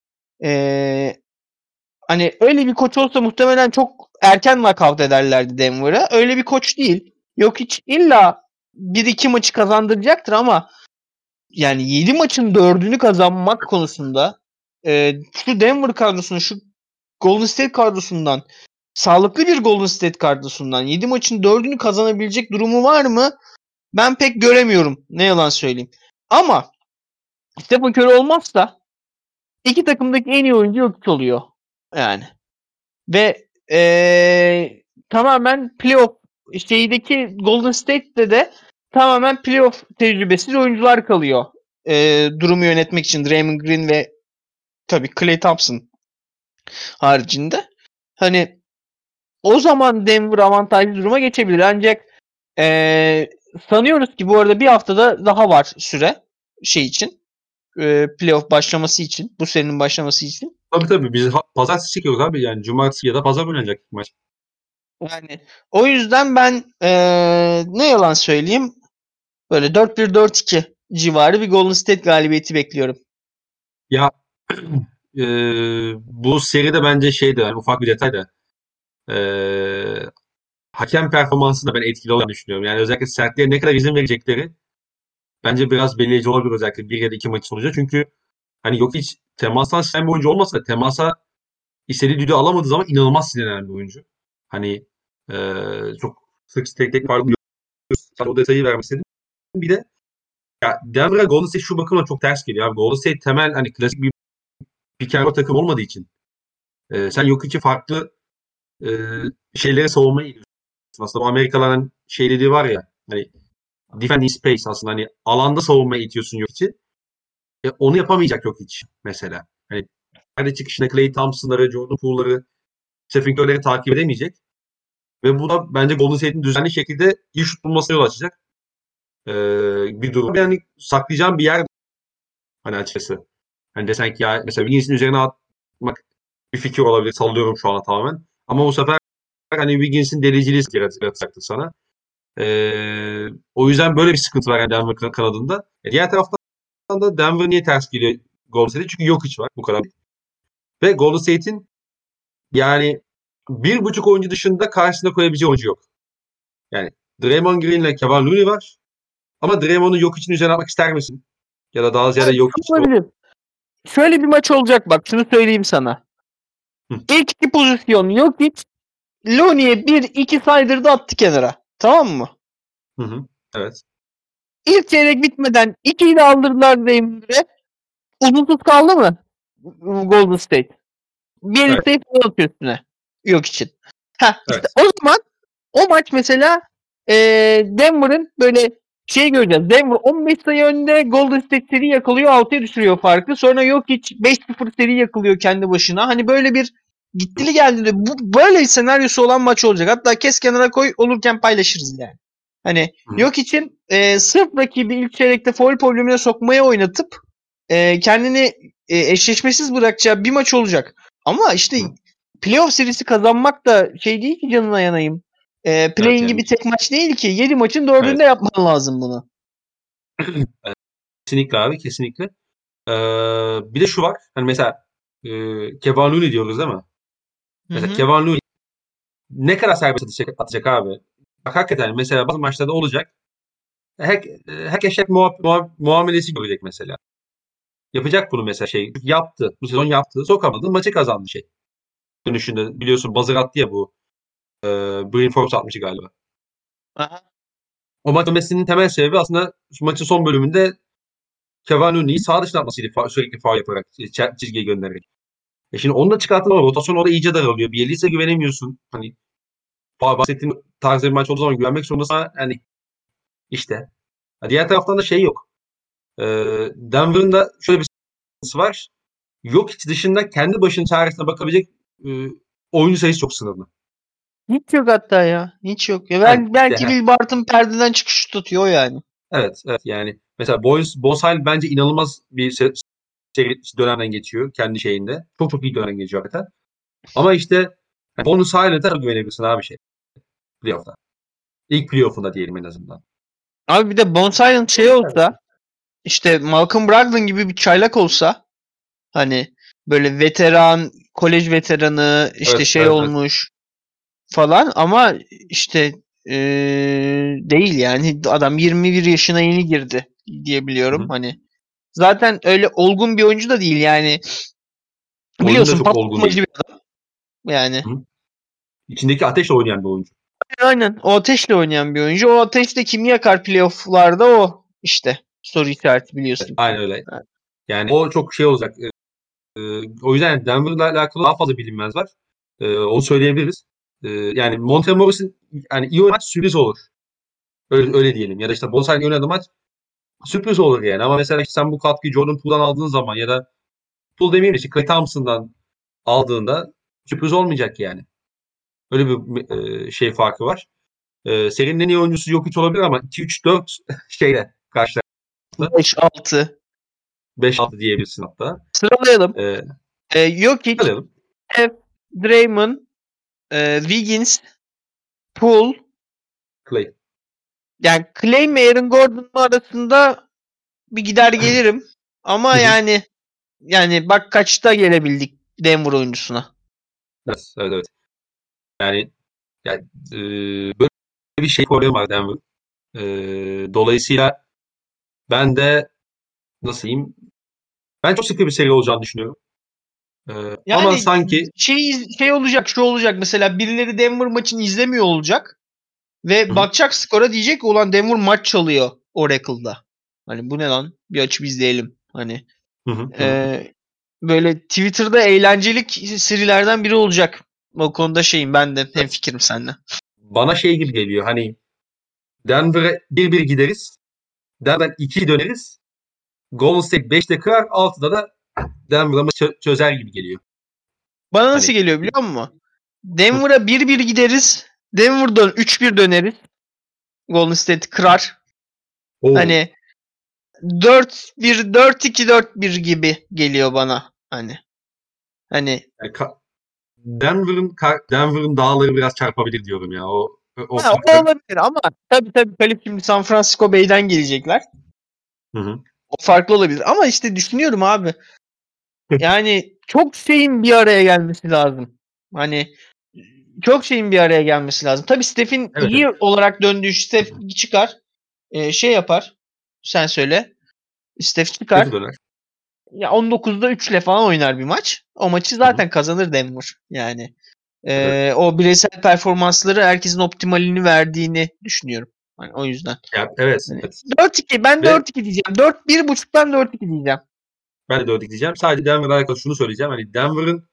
E, hani öyle bir koç olsa muhtemelen çok erken knockout ederlerdi Denver'a. Öyle bir koç değil. Yok hiç illa bir iki maçı kazandıracaktır ama yani yedi maçın dördünü kazanmak konusunda e, şu Denver kadrosunun, şu Golden State kadrosundan, sağlıklı bir Golden State kadrosundan yedi maçın dördünü kazanabilecek durumu var mı? Ben pek göremiyorum. Ne yalan söyleyeyim. Ama Stephen Curry olmazsa iki takımdaki en iyi oyuncu yok oluyor. Yani. Ve ee, tamamen playoff şeydeki Golden State'de de tamamen playoff tecrübesiz oyuncular kalıyor. E, durumu yönetmek için Draymond Green ve tabii Klay Thompson haricinde. Hani o zaman Denver avantajlı duruma geçebilir. Ancak ee, sanıyoruz ki bu arada bir haftada daha var süre şey için. E, playoff başlaması için. Bu serinin başlaması için. Tabii tabii biz ha- pazartesi çekiyoruz abi yani cumartesi ya da pazar oynanacak maç. Yani o yüzden ben ee, ne yalan söyleyeyim böyle dört bir dört iki civarı bir Golden State galibiyeti bekliyorum. Ya e, bu seride bence şeydi yani ufak bir detay da e, hakem performansı da ben etkili olduğunu düşünüyorum. Yani özellikle sertliğe ne kadar izin verecekleri bence biraz belirleyici olabilir özellikle bir ya da iki maç sonucu. Çünkü hani yok hiç temastan sistem bir oyuncu olmasa da temasa istediği düdüğü alamadığı zaman inanılmaz sinirlenen bir oyuncu. Hani e, çok sık tek tek farklı sadece o detayı vermek istedim. Bir de ya Denver'a Golden State şu bakımdan çok ters geliyor abi. Golden State temel hani klasik bir pick and roll takım olmadığı için e, sen yok iki farklı e, şeyleri savunmaya gidiyorsun. Aslında bu Amerikalıların şey dediği var ya hani defend in space aslında hani alanda savunmaya itiyorsun yok için. E, onu yapamayacak yok hiç mesela. Hani her çıkışında Klay Thompson'ları, Jordan Poole'ları, Stephen Curry'leri takip edemeyecek. Ve bu da bence Golden State'in düzenli şekilde iyi şut bulmasına yol açacak ee, bir durum. Yani saklayacağım bir yer hani açıkçası. Hani desen ki ya mesela Wiggins'in üzerine atmak bir fikir olabilir. Sallıyorum şu an tamamen. Ama bu sefer hani Wiggins'in deliciliği yaratacaktır sana. Ee, o yüzden böyle bir sıkıntı var yani Denver kanadında. E, diğer taraftan da Denver niye ters geliyor Golden State'e? Çünkü Jokic var bu kadar. Ve Golden State'in yani bir buçuk oyuncu dışında karşısına koyabileceği oyuncu yok. Yani Draymond Green ile Kevin Looney var. Ama Draymond'u Jokic'in üzerine atmak ister misin? Ya da daha ziyade Evet, Jokic. olabilir. Şöyle bir maç olacak bak. Şunu söyleyeyim sana. Hı. İlk iki pozisyon Jokic Looney'e bir iki saydırdı attı kenara. Tamam mı? Hı hı. Evet. İlk çeyrek bitmeden ikiyi de aldırdılar Draymond'e. Uzunsuz kaldı mı? Golden State. Bir Evet. sayı falan atıyor üstüne. Yok için. Heh, işte Evet. o zaman o maç mesela e, Denver'ın böyle şey göreceğiz. Denver on beş sayı önde, Golden State seri yakalıyor, altıya düşürüyor farkı. Sonra yok hiç beş sıfır seri yakalıyor kendi başına. Hani böyle bir gittili geldi de bu böyle bir senaryosu olan maç olacak. Hatta kes kenara koy olurken paylaşırız yani. Hani Hı. yok için e, sırf rakibi ilk çeyrekte foul problemine sokmaya oynatıp e, kendini e, eşleşmesiz bırakacağı bir maç olacak. Ama işte Hı. playoff serisi kazanmak da şey değil ki canına yanayım. E, play-in Evet, yani gibi tek maç değil ki. yedi maçın dördünde evet. yapman lazım bunu. Kesinlikle abi kesinlikle. Ee, bir de şu var. Hani mesela e, Kevin Looney diyoruz değil mi? Hı Mesela hı. Kevin Looney ne kadar serbest atacak, atacak abi? Bak hakikaten mesela bazı maçlarda olacak. Hack, hack eşek muha- muha- muamelesi görecek mesela. Yapacak bunu mesela şey. Yaptı. Bu sezon yaptı. Sokamadı. Maçı kazandı şey. Dönüşünde biliyorsun buzzer attı ya bu. E, Bryn Forbes atmıştı galiba. Aha. O maç dönmesinin temel sebebi aslında şu maçın son bölümünde Kevin Looney'i sağ dışına atmasıydı. Fa- sürekli faul yaparak. ç- Çizgiye göndererek. E şimdi onu da çıkarttın ama rotasyon orada iyice daralıyor. Bielitsa'ya güvenemiyorsun. Hani bahsettiğim tarzda bir maç olduğu zaman güvenmek zorundasın. Hani işte. Diğer taraftan da şey yok. E, Denver'ın da şöyle bir sıkıntısı var. Yok hiç dışında kendi başının çaresine bakabilecek e, oyuncu sayısı çok sınırlı. Hiç yok hatta ya. Hiç yok. Ya Yani ben, belki işte, Will Barton perdeden çıkış tutuyor o yani. evet, evet yani mesela Boyce, Boyle bence inanılmaz bir se- seri dönemden geçiyor kendi şeyinde. Çok çok iyi dönem geçiyor hakikaten. Ama işte yani Bonus Highland'a güvenebilirsin abi şey. Playoff'ta. İlk playoff'unda diyelim en azından. Abi bir de Bones Island şey olsa işte Malcolm Brogdon gibi bir çaylak olsa hani böyle veteran, kolej veteranı işte Evet, şey evet, evet. olmuş falan ama işte eee, değil yani adam yirmi bir yaşına yeni girdi diye biliyorum Hı-hı. hani. Zaten öyle olgun bir oyuncu da değil yani. Oyun da Biliyorsun çok olgun patlamacı değil. bir adam yani. Hı-hı. İçindeki ateşle oynayan bir oyuncu. Aynen o ateşle oynayan bir oyuncu. O ateşle kimi yakar playoff'larda o işte soru işareti biliyorsun ki. Aynen öyle. Yani o çok şey olacak. Ee, o yüzden Denver'la alakalı daha fazla bilinmez var. Ee, onu söyleyebiliriz. Ee, yani Montemoris'in yani iyi oynamak sürpriz olur. Öyle, öyle diyelim. Ya da işte Bonsai'nin oynadığı maç sürpriz olur yani. Ama mesela işte sen bu katkıyı Jordan Poole'dan aldığın zaman ya da Poole demeyeyim de işte Klay Thompson'dan aldığında sürpriz olmayacak yani. Öyle bir e, şey farkı var. E, serinin en iyi oyuncusu Jokic olabilir ama iki üç dört şeyle karşılaştı. beş altı. beş altı diyebilirsin hatta. Sıralayalım. E, Ee, Jokic, alalım. Steph, Draymond, e, Wiggins, Poole. Klay. Yani Clay mi Aaron Gordon mu arasında bir gider gelirim. Ama Hı hı. yani yani bak kaçta gelebildik Denver oyuncusuna. Evet, evet, evet. Yani, yani e, böyle bir şey problemi var Denver. E, dolayısıyla ben de nasıl diyeyim? Ben çok sıkı bir seri olacağını düşünüyorum. E, ama Yani sanki şey şey olacak, şu olacak mesela birileri Denver maçını izlemiyor olacak ve hı hı, bakacak skora diyecek ki ulan Denver maç çalıyor Oracle'da. Hani bu ne lan? Bir açıp izleyelim. Hani hı hı, hı. e, böyle Twitter'da eğlencelik serilerden biri olacak. O konuda şeyim ben de hemfikirim seninle. Bana şey gibi geliyor. Hani Denver'a bir bir gideriz. Denver iki döneriz. Golden State beşte kırar. altıda da Denver'a çö- çözer gibi geliyor. Bana nasıl Hani geliyor biliyor musun? Denver'a bir bir gideriz. Denver'dan üç bir döneriz. Golden State kırar. Oo. Hani dört bir dört iki dört bir gibi geliyor bana hani. Hani Yani ka- Denver'ın ka- Denver'ın dağları biraz çarpabilir diyorum ya. O o ha, o olabilir ama tabii tabii Kalip şimdi San Francisco Bay'den gelecekler. Hı hı. O farklı olabilir ama işte düşünüyorum abi. Yani çok şeyin bir araya gelmesi lazım. Hani çok şeyin bir araya gelmesi lazım. Tabii Steph'in Evet, iyi evet. olarak döndüğü Steph çıkar. Ee, şey yapar. Sen söyle. Steph çıkar. Kötü döner. Ya on dokuzda üç ile falan oynar bir maç. O maçı zaten kazanır Denver. Yani ee, Evet. o bireysel performansları herkesin optimalini verdiğini düşünüyorum. Hani o yüzden. Ya, evet, Hani evet. dört iki ben Ve dört iki diyeceğim. dört bir buçuktan dört iki diyeceğim. ben de dört diyeceğim. Sadece Denver'la alakalı şunu söyleyeceğim. Hani Denver'ın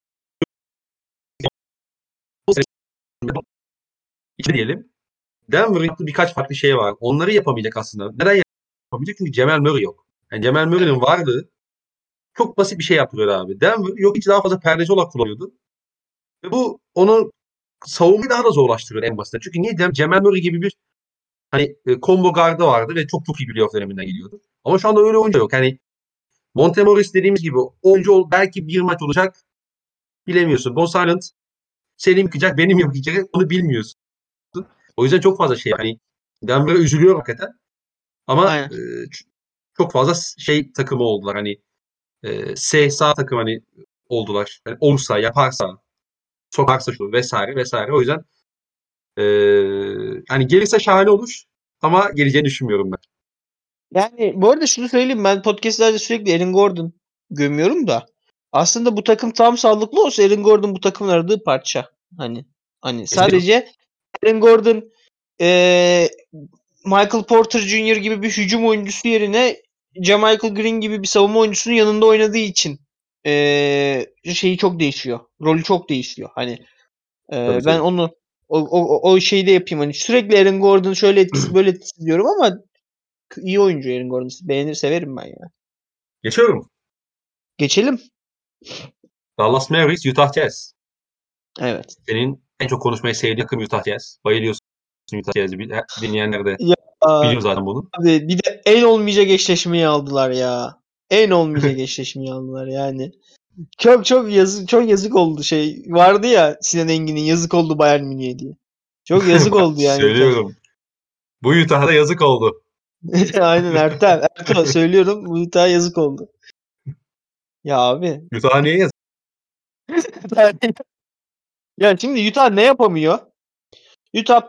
içi diyelim. Denver'ın yaptığı birkaç farklı şey var. Onları yapamayacak aslında. Neden yapamayacak? Çünkü Jamal Murray yok. Yani Jamal Murray'nin Evet. varlığı çok basit bir şey yapıyor abi. Denver yok hiç daha fazla perdeci olarak kullanıyordu. Ve bu onu savunmayı daha da zorlaştırıyor en basitinden. Çünkü niye? Jamal Murray gibi bir hani e, combo gardı vardı ve çok çok iyi playoff döneminden geliyordu. Ama şu anda öyle oyuncu yok. Hani Montemoris dediğimiz gibi oyuncu ol, belki bir maç olacak bilemiyorsun. Bones Island senin yıkacak, benim yıkacak onu bilmiyorsun. O yüzden çok fazla şey hani Denver'a üzülüyor hakikaten. Ama Aynen. e, çok fazla şey takımı oldular. Hani e, S sağ takım hani oldular. Yani olursa, yaparsa, sokarsa şu vesaire vesaire. O yüzden e, hani gelirse şahane olur. Ama geleceğini düşünmüyorum ben. Yani bu arada şunu söyleyeyim, ben podcastlerde sürekli Aaron Gordon gömüyorum da aslında bu takım tam sağlıklı olsa Aaron Gordon bu takımın aradığı parça. Hani hani Kesinlikle. sadece Aaron Gordon eee, Michael Porter Junior gibi bir hücum oyuncusu yerine Jamichael Green gibi bir savunma oyuncusunun yanında oynadığı için eee, şeyi çok değişiyor. Rolü çok değişiyor. Hani eee, Tabii ben tabii. onu o, o, o şeyi de yapayım. Hani sürekli Aaron Gordon şöyle etkisi böyle etkisi diyorum ama iyi oyuncu Aaron Gordon. Beğenir severim ben ya. Geçiyorum. Geçelim. Dallas Mavericks, Utah Jazz. Evet. Senin en çok konuşmayı sevdiğin takım Utah Jazz. Bayılıyorsun Utah Jazz'i. Bil- Dinleyenler de Ya biliyor zaten bunu. abi bir de en olmayacak eşleşmeyi aldılar ya. En olmayacak eşleşmeyi aldılar yani. Çok çok yazık çok yazık oldu şey. Vardı ya Sinan Engin'in yazık oldu Bayern Münih'e diye. Çok yazık oldu yani Utah. Söylüyorum. Bu Utah'a da yazık oldu. Aynen Ertem. Ertem söylüyorum. Bu Utah'a yazık oldu. Ya abi. Utah'a niye yazık? Ya şimdi Utah ne yapamıyor? Utah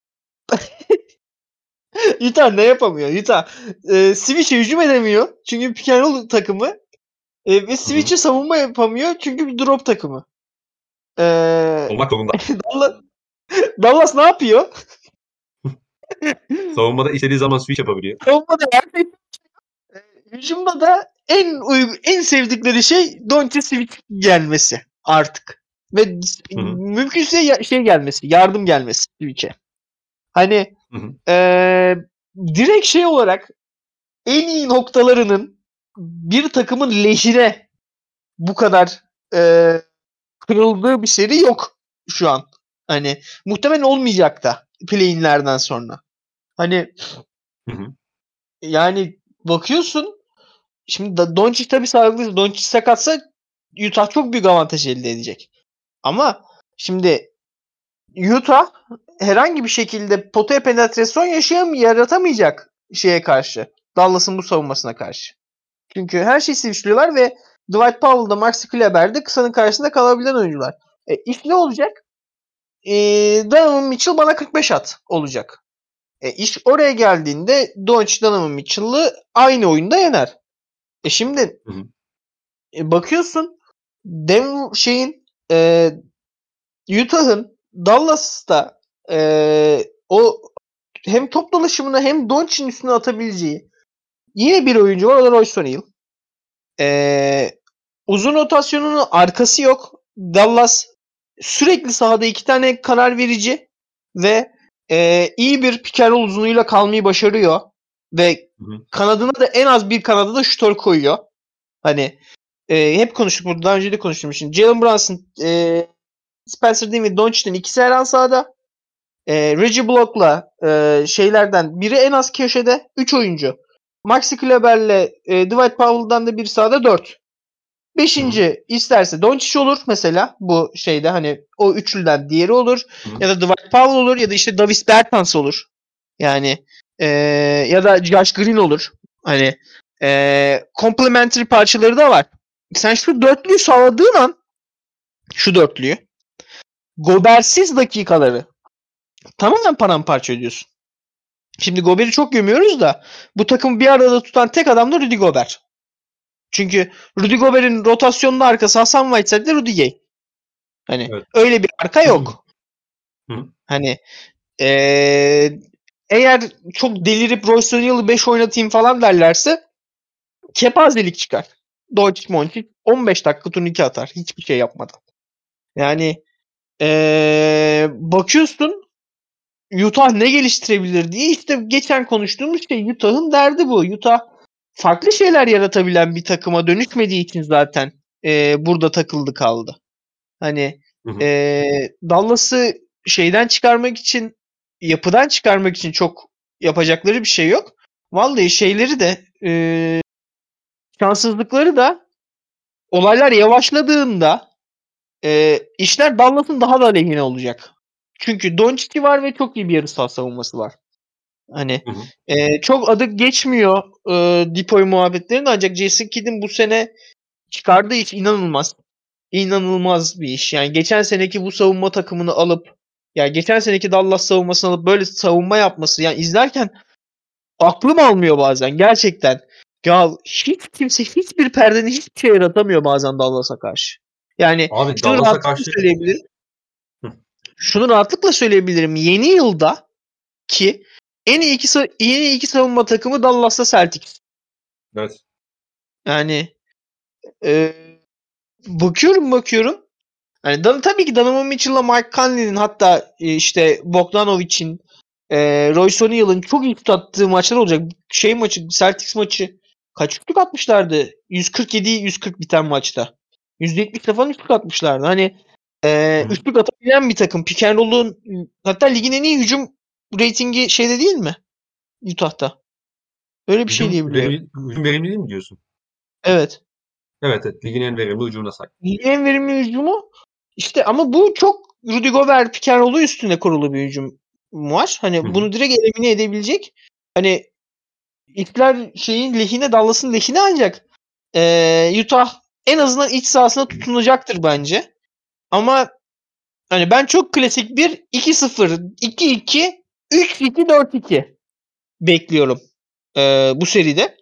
Utah ne yapamıyor? Utah e, Switch'e hücum edemiyor. Çünkü pick and roll takımı. E, ve Hı hı. Switch'e savunma yapamıyor. Çünkü bir drop takımı. E, Olmak zorunda. Dallas, Dallas ne yapıyor? Savunmada istediği zaman switch yapabiliyor. Savunmada her şey. E, hücumda da en uygun, en sevdikleri şey Doncic switch gelmesi artık. Ve Hı hı. mümkünse ya- şey gelmesi, yardım gelmesi switch'e. Hani Hı hı. e, direkt şey olarak en iyi noktalarının bir takımın lehine bu kadar e, kırıldığı bir seri yok şu an. Hani muhtemelen olmayacak da play-in'lerden sonra. Hani Hı hı. yani bakıyorsun şimdi da Doncic tabii sağlıklı. Doncic sakatsa Utah çok büyük avantaj elde edecek. Ama şimdi Utah herhangi bir şekilde potaya penetrasyon yaşayam yaratamayacak şeye karşı. Dallas'ın bu savunmasına karşı. Çünkü her şeyi switchliyorlar ve Dwight Powell'da Maxi Kleber'de kısanın karşısında kalabilen oyuncular. E, iş ne olacak? E, Donovan Mitchell bana kırk beş at olacak. E, iş oraya geldiğinde Doncic Donovan Mitchell'ı aynı oyunda yener. E şimdi Hı hı. e, bakıyorsun Denver şeyin e, Utah'ın Dallas'ta e, o hem top dolaşımını hem Doncic'in üstüne atabileceği yine bir oyuncu var. O da Royce O'Neal. E, uzun rotasyonunun arkası yok. Dallas sürekli sahada iki tane karar verici ve e, iyi bir pick and roll uzunluğuyla kalmayı başarıyor. Ve Hı hı. kanadına da en az bir kanada da şutör koyuyor. Hani e, hep konuştuk burada. Daha önce de konuşmuştum. Jalen Brunson, e, Spencer Dinwiddie, Doncic'in ikisi her an sahada. e, Reggie Block'la e, şeylerden biri en az köşede üç oyuncu. Maxi Kleber'le e, Dwight Powell'dan da bir sahada dört. Beşinci Hı-hı. isterse Doncic olur mesela bu şeyde hani o üçlüden diğeri olur. Hı-hı. Ya da Dwight Powell olur ya da işte Davis Bertans olur. Yani e, ya da Josh Green olur. Hani e, complementary parçaları da var. Sen şu dörtlüyü sağladığın an şu dörtlüyü Gobert'siz dakikaları tamamen paramparça ediyorsun. Şimdi Gobert'i çok gömüyoruz da bu takımı bir arada tutan tek adam da Rudy Gobert. Çünkü Rudy Gobert'in rotasyonunun arkası Hasan Whiteside ile Rudy Gay. Hani evet. Öyle bir arka yok. Hı. Hani ee, eğer çok delirip Royce O'Neal'ı beş oynatayım falan derlerse kepazelik çıkar. Doncic Moncic on beş dakika turnike atar. Hiçbir şey yapmadan. Yani ee, bakıyorsun Utah ne geliştirebilir diye işte geçen konuştuğumuz şey Utah'ın derdi bu. Utah farklı şeyler yaratabilen bir takıma dönüşmediği için zaten e, burada takıldı kaldı. Hani hı hı. E, Dallas'ı şeyden çıkarmak için yapıdan çıkarmak için çok yapacakları bir şey yok. Vallahi şeyleri de e, şanssızlıkları da olaylar yavaşladığında e, işler Dallas'ın daha da lehine olacak. Çünkü Doncic'i var ve çok iyi bir yarı saha savunması var. Hani hı hı. E, çok adı geçmiyor e, Dipoy muhabbetlerinde ancak Jason Kidd'in bu sene çıkardığı iş inanılmaz. İnanılmaz bir iş. Yani geçen seneki bu savunma takımını alıp yani geçen seneki Dallas savunmasını alıp böyle savunma yapması yani izlerken aklım almıyor bazen gerçekten. Ya hiç kimse hiçbir perdeni hiçbir şey yaratamıyor bazen Dallas'a karşı. Yani abi, şunu Dallas'a rahatlıkla karşı söyleyebilirim. Hı. Şunu rahatlıkla söyleyebilirim. Yeni yılda ki en iyi iki, yeni iki savunma takımı Dallas'ta Celtics. Evet. Yani e, bakıyorum bakıyorum. Yani Dan, tabii ki Donovan Mitchell'la Mike Conley'nin hatta e, işte Bogdanovic'in e, Royce O'Neal'ın çok iyi tutattığı maçlar olacak. Şey maçı Celtics maçı kaç üçlük atmışlardı? yüz kırk yedi yüz kırk biten maçta. yüzde yetmiş falan üçlük atmışlardı. Hani e, üçlük atabilen bir takım. Pick and roll'un hatta ligin en iyi hücum ratingi şeyde değil mi? Utah'ta. Öyle bir hücum şey diyebiliyorum. Verimli, hücum verimliliği mi diyorsun? Evet. Evet evet. Ligin en verimli hücumuna sahip. Ligin en verimli hücumu işte ama bu çok Rudy Gobert pick and roll'u üstüne kurulu bir hücum var. Hani Hı-hı. bunu direkt elimine edebilecek. Hani ipler şeyin lehine Dallas'ın lehine ancak ee, Utah en azından iç sahasına tutunacaktır bence. Ama hani ben çok klasik bir iki sıfır, iki iki, üç iki, dört iki bekliyorum ee, bu seride.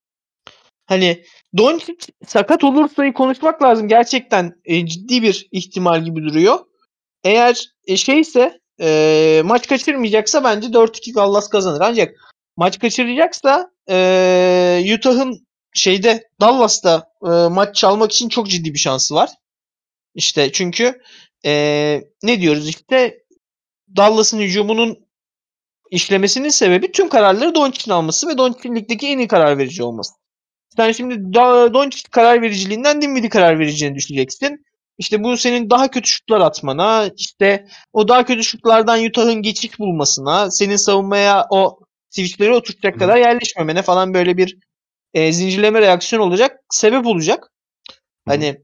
Hani Doncic sakat olursa konuşmak lazım. Gerçekten e, ciddi bir ihtimal gibi duruyor. Eğer e, şeyse e, maç kaçırmayacaksa bence dört iki Dallas kazanır. Ancak maç kaçıracaksa e, Utah'ın şeyde Dallas'ta e, maç çalmak için çok ciddi bir şansı var. İşte çünkü e, ne diyoruz işte Dallas'ın hücumunun işlemesinin sebebi tüm kararları Doncic'in alması ve Doncic'in ligdeki en iyi karar verici olması. Sen şimdi Doncic karar vericiliğinden Dinwiddie karar vericiliğine düşeceksin. İşte bu senin daha kötü şutlar atmana, işte o daha kötü şutlardan Utah'ın geçiş bulmasına, senin savunmaya o switchleri oturtacak kadar yerleşmemene falan böyle bir e, zincirleme reaksiyon olacak, sebep olacak. Hani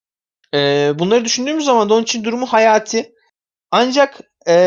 e, bunları düşündüğümüz zaman Doncic'in durumu hayati. Ancak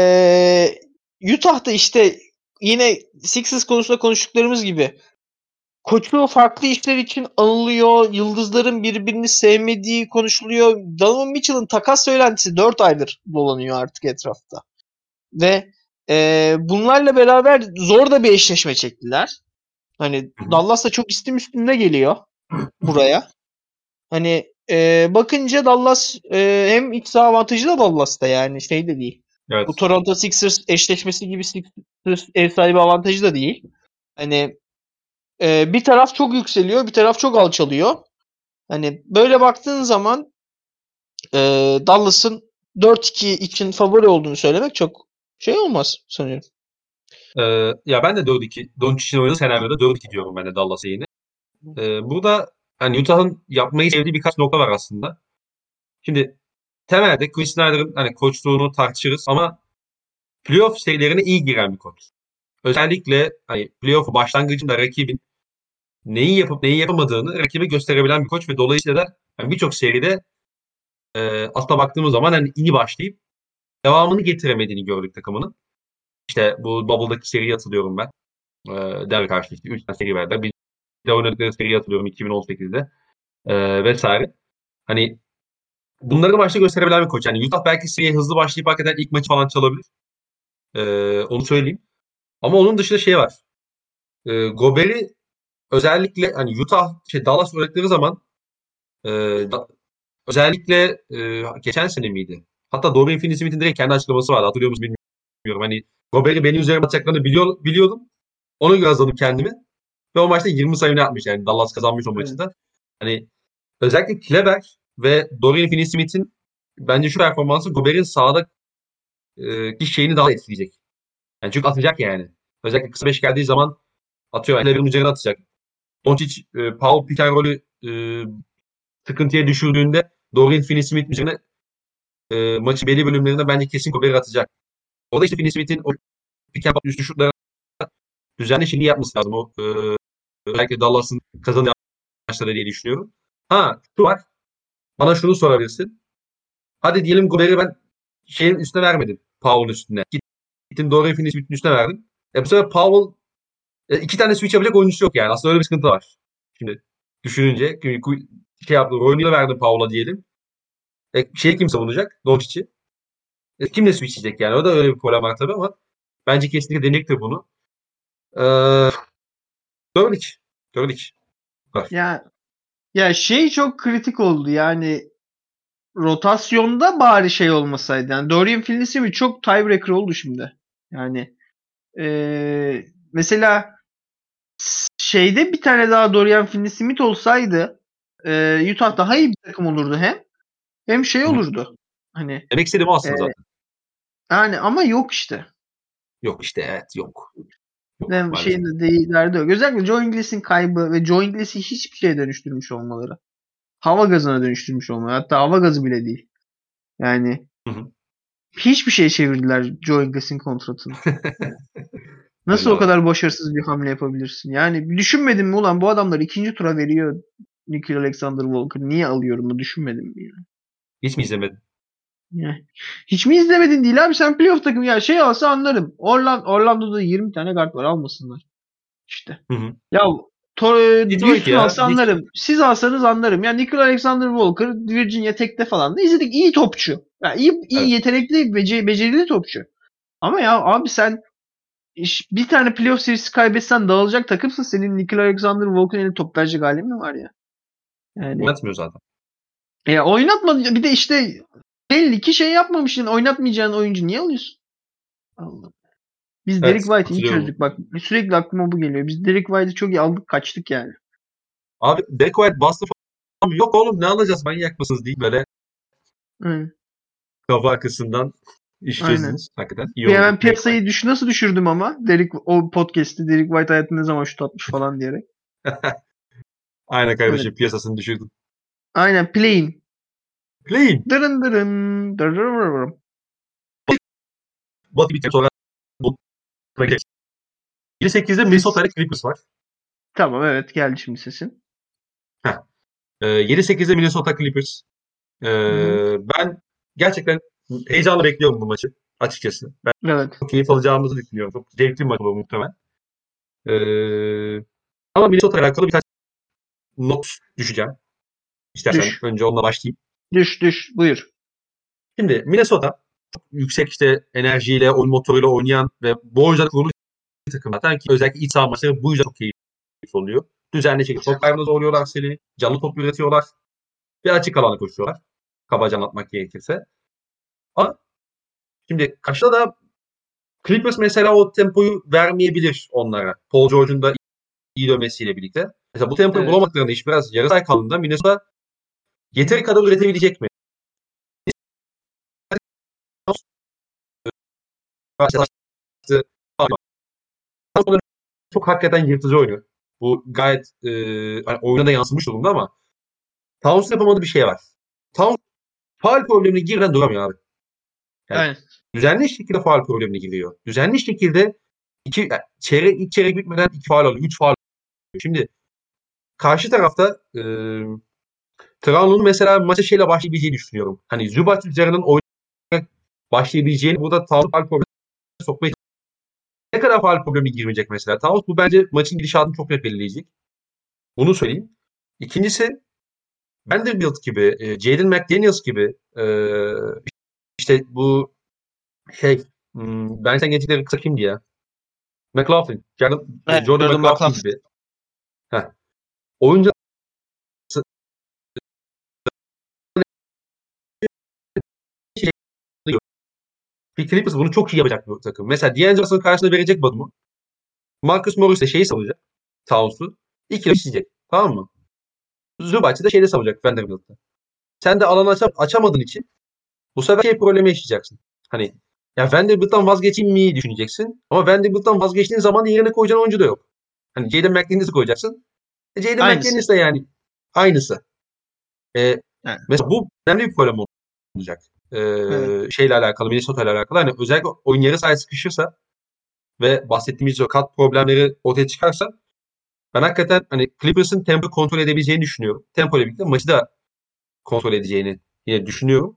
e, Utah'da işte yine Sixers konusunda konuştuklarımız gibi koçu farklı işler için anılıyor. Yıldızların birbirini sevmediği konuşuluyor. Donovan Mitchell'ın takas söylentisi dört aydır dolanıyor artık etrafta. Ve e, bunlarla beraber zor da bir eşleşme çektiler. Hani Dallas da çok istim üstünde geliyor buraya. Hani e, bakınca Dallas e, hem iç saha avantajı da Dallas'ta yani şey de değil. Evet. Bu Toronto Sixers eşleşmesi gibi Sixers ev sahibi avantajı da değil. Hani Ee, bir taraf çok yükseliyor, bir taraf çok alçalıyor. Hani böyle baktığın zaman e, Dallas'ın dört iki için favori olduğunu söylemek çok şey olmaz sanıyorum. Ee, ya ben de dört iki. Doncic'in oynadığı senaryoda dört iki diyorum ben de Dallas'a yine. Ee, burada hani Utah'ın yapmayı sevdiği birkaç nokta var aslında. Şimdi temelde Chris Snyder'ın hani koçluğunu tartışırız ama playoff serilerine iyi giren bir koç. Özellikle hani playoff başlangıcında rakibin neyi yapıp neyi yapamadığını rakibe gösterebilen bir koç ve dolayısıyla da yani birçok seride e, aslına baktığımız zaman hani iyi başlayıp devamını getiremediğini gördük takımının. İşte bu Bubble'daki seriyi hatırlıyorum ben. E, Denver karşı işte üç tane seri verdiler. Bir de oynadıkları seriyi hatırlıyorum iki bin on sekizde e, vesaire. Hani bunları başta gösterebilen bir koç. Yani Utah belki seriye hızlı başlayıp hakikaten ilk maçı falan çalabilir. E, onu söyleyeyim. Ama onun dışında şey var. E, Gobert'i özellikle hani Utah, şey Dallas oynadıkları zaman e, da, özellikle e, geçen sene miydi? Hatta Dorian Finney-Smith'in direkt kendi açıklaması vardı. Hatırlıyor musun bilmiyorum. Hani Gobert'i benim üzerime atacaklarını biliyor, biliyordum. Ona göre hazırladım kendimi. Ve o maçta yirmi sayı atmış yani. Dallas kazanmış o maçı da. Hani özellikle Kleber ve Dorian Finney-Smith'in bence şu performansı Gobert'in sahada e, ki şeyini daha etkileyecek. Yani çünkü atacak yani. Özellikle kısa beş geldiği zaman atıyor. Kleber'in üzerine atacak. Doncic, e, Paul pick and roll'ü e, sıkıntıya düşürdüğünde Dorian Finney-Smith üzerine e, maçı belli bölümlerinde bence kesin Gobert atacak. O da işte Finney-Smith'in o pick and roll üstü şutları düzenli şeyini yapması lazım. O e, özellikle Dallas'ın kazanacağı maçlarda diye düşünüyorum. Ha şu var. Bana şunu sorabilirsin. Hadi diyelim Gobert'i ben şeyin üstüne vermedim. Powell'ın üstüne. Gittim Dorian Finney-Smith'in üstüne verdim. E bu sefer Powell e, iki tane switch yapacak oyuncusu yok yani. Aslında öyle bir sıkıntı var. Şimdi düşününce şey yaptı. Roy'unu verdim Powell'a diyelim. E, şeyi kim savunacak? Doncic'i. E, kimle switchleyecek yani? O da öyle bir problem var tabii ama bence kesinlikle deneyecektir bunu. Ee, gördük. Gördük. Var. Ya ya şey çok kritik oldu yani rotasyonda bari şey olmasaydı. Yani Dorian Finney-Smith çok tiebreaker oldu şimdi. Yani eee, mesela şeyde bir tane daha Dorian Finney-Smith olsaydı eee, Utah daha iyi bir takım olurdu hem. Hem şey Hı-hı. olurdu. Hani Demek istediğim o aslında eee, zaten. yani ama yok işte. Yok işte evet yok. Yok Hem maalesef. şeyin de değil, derdi yok. Özellikle Joe Ingles'in kaybı ve Joe Ingles'i hiçbir şeye dönüştürmüş olmaları. Hava gazına dönüştürmüş olmaları. Hatta hava gazı bile değil. Yani Hı-hı. hiçbir şeye çevirdiler Joe Ingles'in kontratını. Nasıl Öyle o var. kadar başarısız bir hamle yapabilirsin? Yani düşünmedin mi ulan bu adamlar ikinci tura veriyor Nickel Alexander Walker. Niye alıyorum mu düşünmedin mi ya? Hiç mi izlemedin? Yani, hiç mi izlemedin değil abi sen playoff takım ya şey alsa anlarım. Orlando, Orlando'da yirmi tane guard var almasınlar. İşte. Hı-hı. Ya To- Hiç yok Houston ya. alsa Hiç. anlarım. Siz alsanız anlarım. Ya Nickel Alexander Walker Virginia Tech'te falan da izledik. İyi topçu. Ya iyi, iyi Evet. yetenekli, bece- becerili topçu. Ama ya abi sen iş- bir tane playoff serisi kaybetsen dağılacak takımsın. Senin Nickel Alexander Walker'ın elinde top verecek halin mi var ya? Yani Oynatmıyor zaten. ya oynatma bir de işte belli ki şey yapmamışsın. Oynatmayacağın oyuncu niye alıyorsun? Allah. Biz Derek Evet. White'i iyi Hatırlıyorum. çözdük. Bak sürekli aklıma bu geliyor. Biz Derek White'i çok iyi aldık kaçtık yani. Abi Derek White bastı falan. Yok oğlum ne alacağız manyak mısınız deyip böyle Hı, kafa arkasından iş aynen. çözdünüz. Hakikaten iyi Bir oldu. hemen Derek White. piyasayı düş nasıl düşürdüm ama Derek o podcast'te Derek White hayatında ne zaman şut atmış falan diyerek. Aynen Evet. kardeşim piyasasını düşürdün. Aynen playing. Clean. Dırın dırın dırırırırım. Batı bittikten sonra bu yedi sekizde Minnesota ile Clippers var. Tamam evet geldi şimdi sesin. Heh. Ee, yedi sekizde Minnesota Clippers. Ee, Hı hı. ben gerçekten heyecanla bekliyorum bu maçı açıkçası. Ben Evet. çok keyif alacağımızı düşünüyorum. Çok zevkli bir maç olur muhtemelen. Ee, ama Minnesota ile alakalı birkaç not düşeceğim. İstersen Düş. önce onunla başlayayım. Düş düş buyur. Şimdi Minnesota çok yüksek işte enerjiyle, oyun motoruyla oynayan ve bu oyuncular kurulu bir takım zaten ki özellikle iç saha maçları bu yüzden çok keyifli oluyor. Düzenli şekilde top kaybına zorluyorlar seni. Canlı top üretiyorlar. Ve açık alana koşuyorlar. Kabaca anlatmak gerekirse. Ama şimdi karşıda da Clippers mesela o tempoyu vermeyebilir onlara. Paul George'un da iyi dönmesiyle birlikte. Mesela bu tempoyu Evet. bulamadıklarında iş biraz yarı saha kaldığında Minnesota yeteri kadar üretebilecek mi? Çok hakikaten yırtıcı oynuyor. Bu gayet e, hani oyuna da yansımış durumda ama Towns'un yapamadığı bir şey var. Towns faul problemine girden duramıyor abi. Yani Aynen. düzenli şekilde faul problemine giriyor. Düzenli şekilde iki yani çeyrek ilk çeyrek bitmeden iki faul alıyor, üç faul alıyor. Şimdi karşı tarafta e, Trabzon'un mesela maça şeyle başlayabileceğini düşünüyorum. Hani Zubac üzerinden oynayarak başlayabileceğini burada Tavus faul problemi sokmaya ne kadar faul problemi girmeyecek mesela. Tavus bu bence maçın gidişatını çok net belirleyecek. Bunu söyleyeyim. İkincisi Vanderbilt gibi, e, Jaden McDaniels gibi e, işte bu şey hmm, ben sen gençleri kısa kimdi ya? McLaughlin, Jordan, Evet, Jordan Jordan McLaughlin McLaughlin. gibi. Heh. Oyuncu Clippers bunu çok iyi yapacak bir takım. Mesela D'Angelo'nun karşısına verecek Batum'u. Marcus Morris de şeyi savunacak. Towns'u. İki işleyecek. Tamam mı? Zubac'ı da şeyde savunacak Vanderbilt'te. Sen de alanı aç açamadığın için bu sefer şey problemi yaşayacaksın. Hani ya Vanderbilt'ten vazgeçeyim mi düşüneceksin. Ama Vanderbilt'ten vazgeçtiğin zaman yerine koyacağın oyuncu da yok. Hani Jaden McDaniels'i koyacaksın. E, Jaden Aynısı. McDaniels de yani aynısı. E, Evet. Mesela bu önemli bir problem olacak. E, Evet. Şeyle alakalı, Minnesota ile alakalı. Hani özellikle oyun yarı sahaya sıkışırsa ve bahsettiğimiz o kat problemleri ortaya çıkarsa ben hakikaten hani Clippers'ın tempo kontrol edebileceğini düşünüyorum. Tempo ile birlikte maçı da kontrol edeceğini yine düşünüyorum.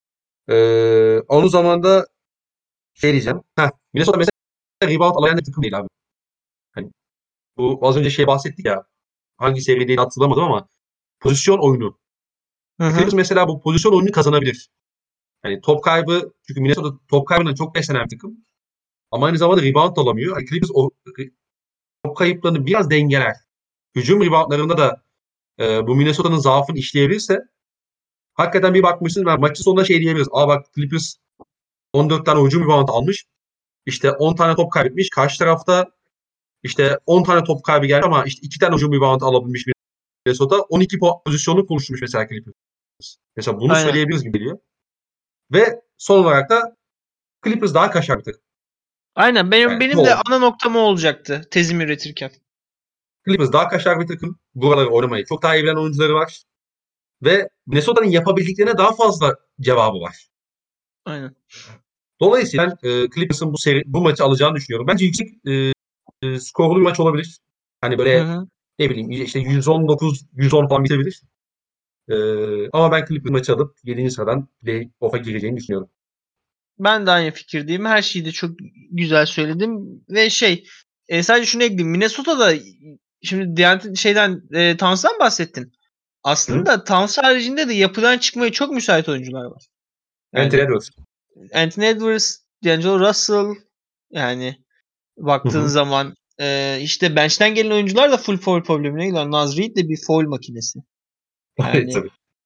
Ee, onun zaman da şey diyeceğim. Heh, Minnesota mesela rebound alayan bir takım değil abi. Hani bu az önce şey bahsettik ya. Hangi seviyede hatırlamadım ama pozisyon oyunu. Hı hı. Clippers mesela bu pozisyon oyunu kazanabilir. Hani top kaybı çünkü Minnesota top kaybından çok beslenen bir takım. Ama aynı zamanda rebound da alamıyor. Yani Clippers o top kayıplarını biraz dengeler. Hücum reboundlarında da e, bu Minnesota'nın zaafını işleyebilirse hakikaten bir bakmışsın ben maçın sonunda şey diyebiliriz. Aa bak Clippers on dört tane hücum rebound almış. İşte on tane top kaybetmiş. Karşı tarafta işte on tane top kaybı geldi ama işte iki tane hücum rebound alabilmiş Minnesota. on iki pozisyonu konuşmuş mesela Clippers. Mesela bunu Aynen. söyleyebiliriz gibi geliyor. Ve son olarak da Clippers daha kaşar bir takım. Aynen benim Yani benim de bu ana noktam o olacaktı tezimi üretirken. Clippers daha kaşar bir takım. Buraları oynamayı çok daha iyi bilen oyuncuları var. Ve Minnesota'nın yapabildiklerine daha fazla cevabı var. Aynen. Dolayısıyla ben e, Clippers'ın bu seri, bu maçı alacağını düşünüyorum. Bence yüksek e, e, skorlu bir maç olabilir. Hani Hı böyle hı. ne bileyim işte yüz on dokuz yüz on falan bitebilir. E, Ama ben Clippers maçı alıp yedinci sıradan playoff'a gireceğini düşünüyorum. Ben de aynı fikirdeyim. Her şeyi de çok güzel söyledim ve şey e, sadece şunu ekleyeyim. Minnesota'da şimdi Deant şeyden e, Towns'dan bahsettin. Hı? Aslında Towns haricinde de yapıdan çıkmaya çok müsait oyuncular var. Anthony Yani Edwards. Anthony Edwards, D'Angelo Russell yani Hı baktığın hı. zaman e, işte bench'ten gelen oyuncular da full foul problemine giriyor. Naz Reid de bir foul makinesi. Yani Tabii.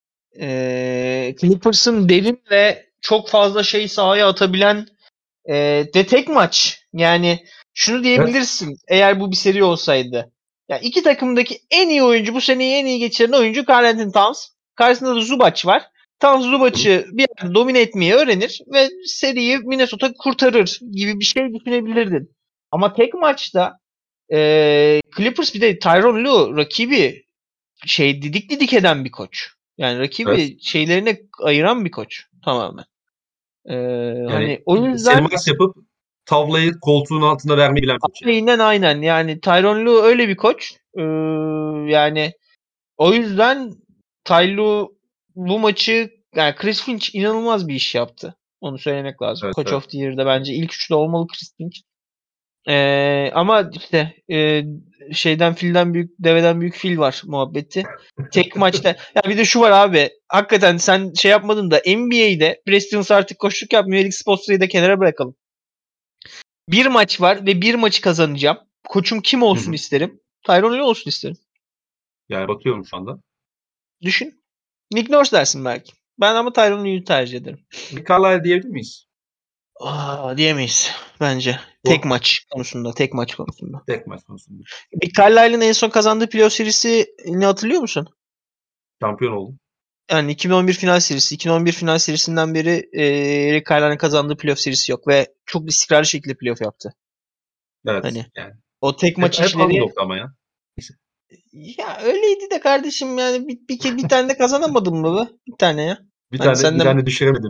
e, Clippers'ın derin ve çok fazla şey sahaya atabilen e, de tek maç. Yani şunu Evet. diyebilirsin eğer bu bir seri olsaydı. Ya iki takımdaki en iyi oyuncu bu seneyi en iyi geçiren oyuncu Karl Anthony Towns. Karşısında da Zubac var. Towns Hı hı. Zubac'ı bir yerde domine etmeyi öğrenir ve seriyi Minnesota kurtarır gibi bir şey düşünebilirdin. Ama tek maçta e, Clippers bir de Tyronn Lue rakibi şey didik didik eden bir koç. Yani Evet. rakibi şeylerine ayıran bir koç tamamen. Ee, Yani hani o yüzden selmas yapıp tavlayı koltuğun altında vermeyi bilen koç yani. aynen aynen yani Tyronn Lue öyle bir koç. Ee, yani o yüzden Ty Lue bu maçı yani Chris Finch inanılmaz bir iş yaptı. Onu söylemek lazım. Evet, Coach evet. of the Year'da bence ilk üçte olmalı Chris Finch. Ee, ama işte e, şeyden filden büyük deveden büyük fil var muhabbeti. Tek maçta ya bir de şu var abi. Hakikaten sen şey yapmadın da N B A'de Preston artık koştuk yapmıyor. Eric Spoelstra'yı da kenara bırakalım. Bir maç var ve bir maçı kazanacağım. Koçum kim Hı olsun hı. isterim? Tyronn Lue olsun isterim. Yani bakıyorum şu anda. Düşün. Nick Nurse dersin belki. Ben ama Tyronn Lue'yu tercih ederim. Bir Carlisle diyebilir miyiz? Aa, diyemeyiz bence. Tek Yok mu? maç konusunda. Tek maç konusunda. Tek maç konusunda. Bir Carlisle'ın en son kazandığı playoff serisi ne hatırlıyor musun? Şampiyon oldu. Yani iki bin on bir final serisi. iki bin on bir final serisinden beri e, Eric Carlisle'ın kazandığı playoff serisi yok ve çok istikrarlı şekilde playoff yaptı. Evet. Hani Yani. o tek Hep, maç hep işleri underdog'du ama ya. Neyse. ya öyleydi de kardeşim yani bir, bir, bir tane de kazanamadın mı be? Bir tane ya. Bir Hani tane bir senden tane düşüremedim mi?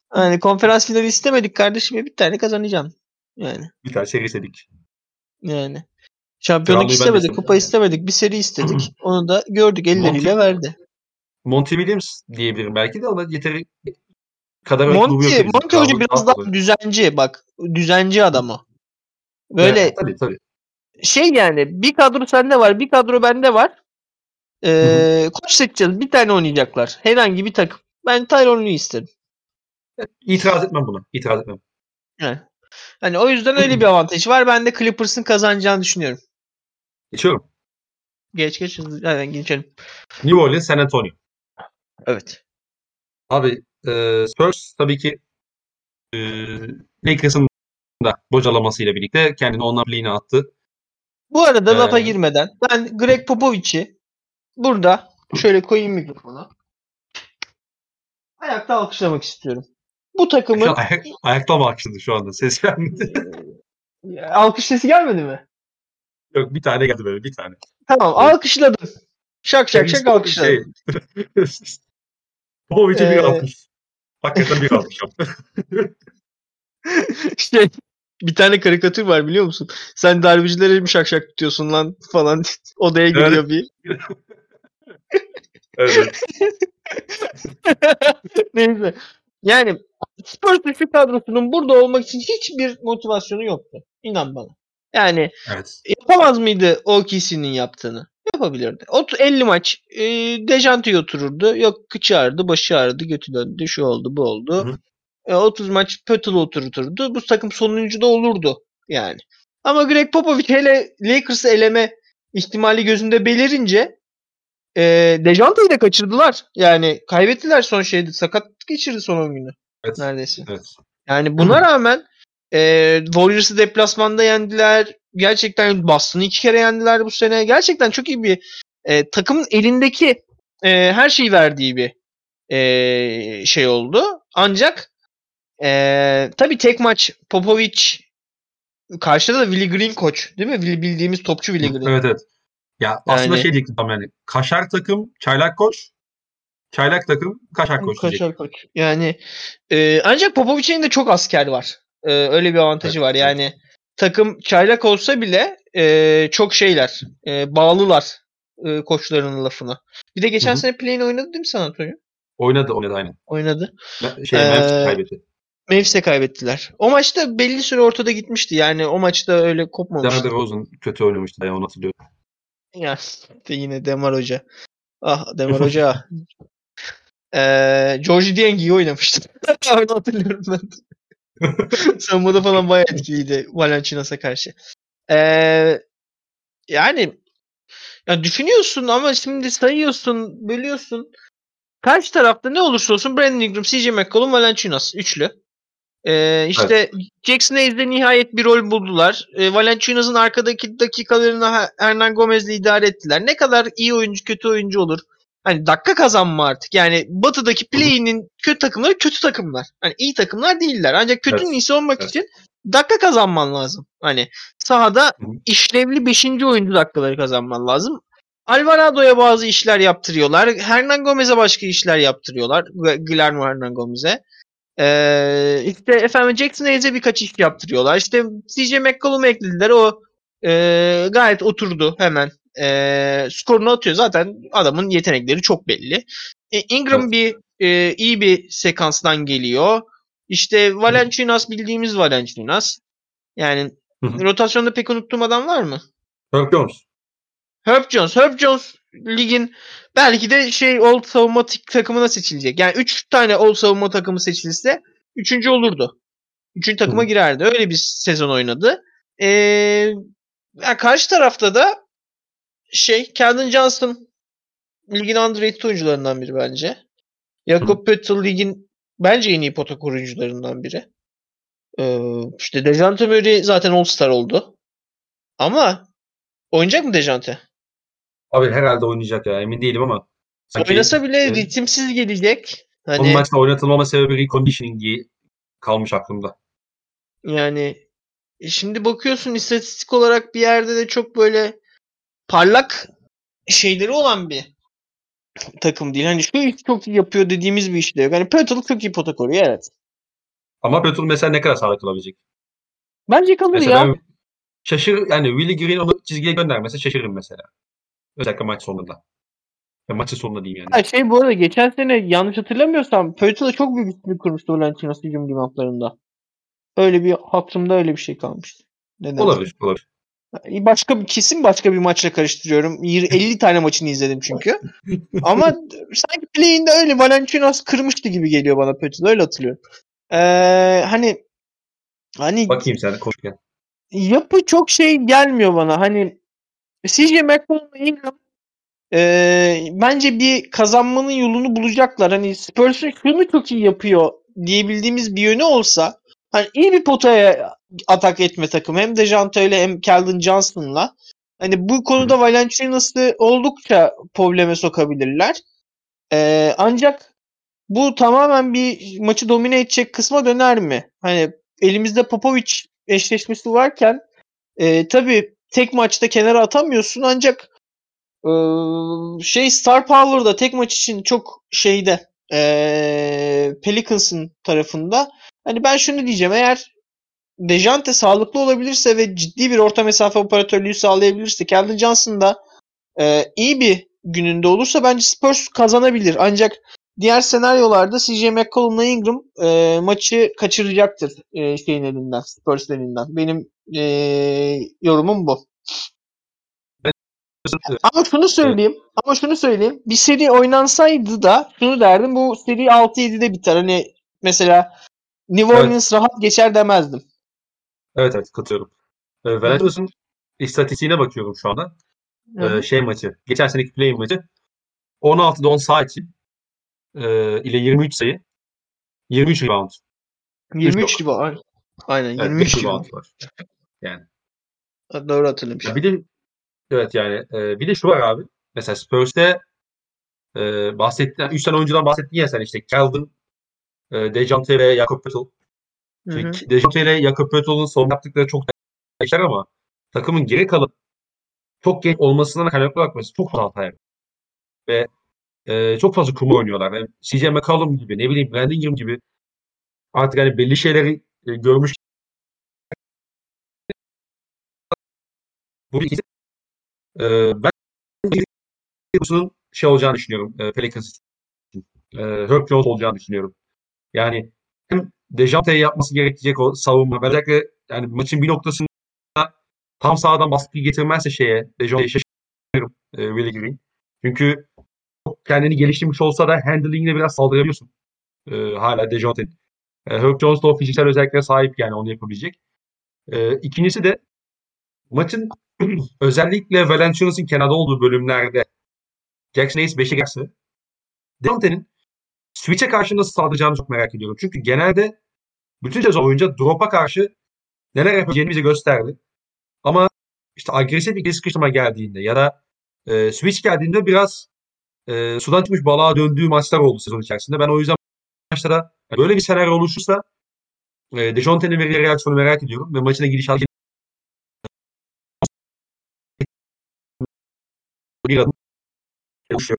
Hani konferans finali istemedik kardeşim. Bir tane kazanacağım. Yani. Bir tane seri istedik. Yani. Şampiyonluk Toronto'yu ben de istemedik, istemedim kupa yani. istemedik. Bir seri istedik. Onu da gördük. Elleriyle Monty, verdi. Monty Williams diyebilirim belki de, ona yeteri kadar ruhu yok Monty, bizim. Monty Hoca Daha, biraz daha daha düzenci. Bak. Düzenci adamı. Böyle evet, tabii tabii. şey yani. Bir kadro sende var. Bir kadro bende var. Ee, Hı hı. koç seçeceğiz. Bir tane oynayacaklar. Herhangi bir takım. Ben Tyronn Lue isterim. İtiraz etmem buna. İtiraz etmem. Yani. Hani o yüzden öyle bir avantajı var. Ben de Clippers'ın kazanacağını düşünüyorum. Geçiyorum. Geç geç. Hemen geçelim. New Orleans, San Antonio. Evet. Abi e, Spurs tabii ki e, Lakers'ın da bocalamasıyla birlikte kendini onlar play'ine attı. Bu arada E, lafa girmeden ben Greg Popovich'i burada şöyle koyayım mikrofona. Ayakta alkışlamak istiyorum. Bu Şu an takımın ayak, ayakta mı alkışladı şu anda? Ses gelmedi. alkış sesi gelmedi mi? Yok, bir tane geldi böyle, bir tane. Tamam, Evet. alkışladım. Şak şak şak alkışladım. Şey, Popovic'e bir Ee, alkış. Hakikaten bir alkış yaptı. şey, bir tane karikatür var biliyor musun? Sen darbecilere mi şak şak tutuyorsun lan falan odaya giriyor Evet. bir. Evet. Neyse. Yani Spurs üçlü kadrosunun burada olmak için hiçbir motivasyonu yoktu. İnan bana. Yani Evet. yapamaz mıydı O K C'nin yaptığını? Yapabilirdi. Ot elli maç e, Dejante'yi otururdu. Yok kıçı ağrıdı, başı ağrıdı, götü döndü, şu oldu, bu oldu. Hı-hı. E, otuz maç Pötül'ü oturturdu. Bu takım sonuncu da olurdu yani. Ama Greg Popovich hele Lakers'ı eleme ihtimali gözünde belirince e, Dejante'yi de kaçırdılar. Yani kaybettiler son şeyde. Sakatlık geçirdi son on günü. Evet. Neredeyse. Evet. Yani buna rağmen e, Warriors'ı deplasmanda yendiler. Gerçekten Boston'ı iki kere yendiler bu sene. Gerçekten çok iyi bir e, takımın elindeki e, her şeyi verdiği bir e, şey oldu. Ancak e, tabii tek maç Popovich karşıda da Willie Green koç. Değil mi? Willie, bildiğimiz topçu Willie Green. Evet, evet. Ya aslında Yani şey diyecektim tam yani. Kaşar takım, çaylak koç. Çaylak takım, kaşar koç diyecektim. kaçar koç. Yani e, ancak Popovich'in de çok asker var. E, öyle bir avantajı Evet, var. evet. Yani takım çaylak olsa bile e, çok şeyler. E, bağlılar e, koçlarının lafına. Bir de geçen Hı-hı. sene play'ini oynadı değil mi San Antonio? Oynadı, oynadı aynen. Oynadı. Me- Şey, Memphis E, kaybetti. Mavs'e kaybettiler. O maçta belli süre ortada gitmişti. Yani o maçta öyle kopmamıştı. DeMar DeRozan kötü oynamıştı. Ben onu hatırlıyorum. Ya de yine Demar Hoca. Ah Demar Hoca. Ee, George Dieng iyi oynamıştı. Onu hatırlıyorum ben. Savunmada falan bayağı etkiliydi Valanciunas'a karşı. Ee, yani ya düşünüyorsun ama şimdi sayıyorsun, bölüyorsun. Karşı tarafta ne olursa olsun Brandon Ingram, C J McCollum, Valanciunas üçlü. Ee, işte Evet. Jackson Hayes'de nihayet bir rol buldular. Ee, Valanciunas'ın arkadaki dakikalarını Hernan Gomez'le idare ettiler. Ne kadar iyi oyuncu, kötü oyuncu olur. Hani dakika kazanma artık. Yani Batı'daki Hı-hı. play'inin kötü takımları kötü takımlar. Hani iyi takımlar değiller. Ancak kötünün Evet. iyisi olmak Evet. için dakika kazanman lazım. Hani sahada Hı-hı. işlevli beşinci oyuncu dakikaları kazanman lazım. Alvarado'ya bazı işler yaptırıyorlar. Hernan Gomez'e başka işler yaptırıyorlar. Guillermo Hernan Gomez'e. Ee, işte efendim Jackson Hayes'e birkaç iş yaptırıyorlar. İşte C J McCollum'u eklediler. O e, gayet oturdu hemen. E, skorunu atıyor. Zaten adamın yetenekleri çok belli. E, Ingram Evet. bir e, iyi bir sekanstan geliyor. İşte Valanciunas bildiğimiz Valanciunas. Yani Hı-hı. rotasyonda pek unuttuğum adam var mı? Herb Jones. Herb Jones. Herb Jones ligin belki de şey All savunma takımına seçilecek. Yani üç tane All savunma takımı seçilse üçüncü olurdu. Üçüncü takıma Hı-hı. girerdi. Öyle bir sezon oynadı. Ee, yani karşı tarafta da şey Keldon Johnson ligin underrated oyuncularından biri bence. Jakob Poeltl ligin bence en iyi pota koruyucularından biri. Ee, işte Dejounte Murray zaten All-Star oldu. Ama oynayacak mı Dejounte? Abi herhalde oynayacak ya. Emin değilim ama sanki Oynasa bile e, ritimsiz gelecek. onun Hani maçta oynatılmama sebebi reconditioning'i kalmış aklımda. yani e, şimdi bakıyorsun istatistik olarak bir yerde de çok böyle parlak şeyleri olan bir takım değil. Hani şu iş çok iyi yapıyor dediğimiz bir iş de yok. Hani Poeltl çok iyi pota koruyor evet. Ama Pötl mesela ne kadar sağlıklı olabilecek? Bence kalır Mesela ya. ben şaşır yani Willie Green onu çizgiye göndermese şaşırırım mesela. Özellikle maç sonunda. Ya maçın sonunda diyeyim yani. Ha, şey bu arada geçen sene yanlış hatırlamıyorsam Pötl'e çok büyük üstünlük kurmuştu Valentinos hücum limitlerinde. Öyle bir hatırımda öyle bir şey kalmıştı. Nedense. Olabilir, olabilir. Başka bir kesin başka bir maçla karıştırıyorum. elli tane maçını izledim çünkü. Ama sanki play'inde öyle Valentinos kırmıştı gibi geliyor bana Pötl. Öyle hatırlıyorum. Ee, hani hani Bakayım sen konuşurken. yapı çok şey gelmiyor bana. Hani C J McCollum'la Ingram e, bence bir kazanmanın yolunu bulacaklar. Hani Spurs'un şunu çok iyi yapıyor diyebildiğimiz bir yönü olsa hani iyi bir potaya atak etme takım. Hem DeJounte ile hem Keldon Johnson'la. Hani bu konuda Valanciunas'ı oldukça probleme sokabilirler. E, ancak bu tamamen bir maçı domine edecek kısma döner mi? Hani elimizde Popovic eşleşmesi varken e, tabii tek maçta kenara atamıyorsun ancak e, şey Star Power'da tek maç için çok şeyde e, Pelicans'ın tarafında. Hani ben şunu diyeceğim, eğer DeJounte sağlıklı olabilirse ve ciddi bir orta mesafe operatörlüğü sağlayabilirse, Keldon Johnson da e, iyi bir gününde olursa bence Spurs kazanabilir. Ancak diğer senaryolarda C J McCollum'la Ingram e, maçı kaçıracaktır e, şeyin elinden, Spurs elinden. Benim e, yorumum bu. Ama şunu söyleyeyim, ama şunu söyleyeyim. Bir seri oynansaydı da şunu derdim, bu seri altı yedide biter. Hani mesela New Orleans Evet. rahat geçer demezdim. Evet evet katılıyorum. E, Valanciunas'ın istatistiğine bakıyorum şu anda. E, şey maçı. Geçen seneki play maçı. on altıda on sağ içi e, ile yirmi üç sayı. yirmi üç rebound. üç yirmi üç yok. rebound. Aynen Evet, yirmi beş üç rebound. rebound var. Yani. Doğru hatırlamışım. Ya bir de evet yani e, bir de şu var abi. Mesela Spurs'te e, bahsettiğin üç tane oyuncudan bahsettin ya sen işte Keldon, e, DeJounte ve Jakob Poeltl. Hı hı. Şimdi DeJounte ile Jakob Poeltl'ın son yaptıkları çok değişler ama takımın geri kalan çok genç olmasından kaynaklı olarak mesela çok fazla hata yapıyor. Ve e, çok fazla kumar oynuyorlar. Yani C J McCollum gibi ne bileyim Brandon Ingram gibi artık hani belli şeyleri e, görmüş. Bu ikisi e, ben bunun şey olacağını düşünüyorum. E, Pelicans için. E, Herb Jones olacağını düşünüyorum. Yani hem Dejounte'ye yapması gerekecek o savunma. Özellikle yani maçın bir noktasında tam sağdan baskıyı getirmezse şeye Dejounte'ye şaşırırım e, Willie Green. Çünkü kendini geliştirmiş olsa da handling'le biraz saldırabiliyorsun. E, hala Dejounte'nin. E, Herb Jones da o fiziksel özelliklere sahip yani onu yapabilecek. E, ikincisi de maçın özellikle Valanciunas'ın kenarda olduğu bölümlerde Jackson Hayes beşe gelse Dejounte'nin switch'e karşı nasıl saldıracağını çok merak ediyorum. Çünkü genelde bütün sezon boyunca drop'a karşı neler yapabileceğini bize gösterdi. Ama işte agresif bir sıkıştırma geldiğinde ya da e, switch geldiğinde biraz e, sudan çıkmış balığa döndüğü maçlar oldu sezon içerisinde. Ben o yüzden maçlara böyle bir senaryo oluşursa e, Dejounte'nin vereceği reaksiyonu merak ediyorum ve maçına gidişatı bir adım oluşuyor.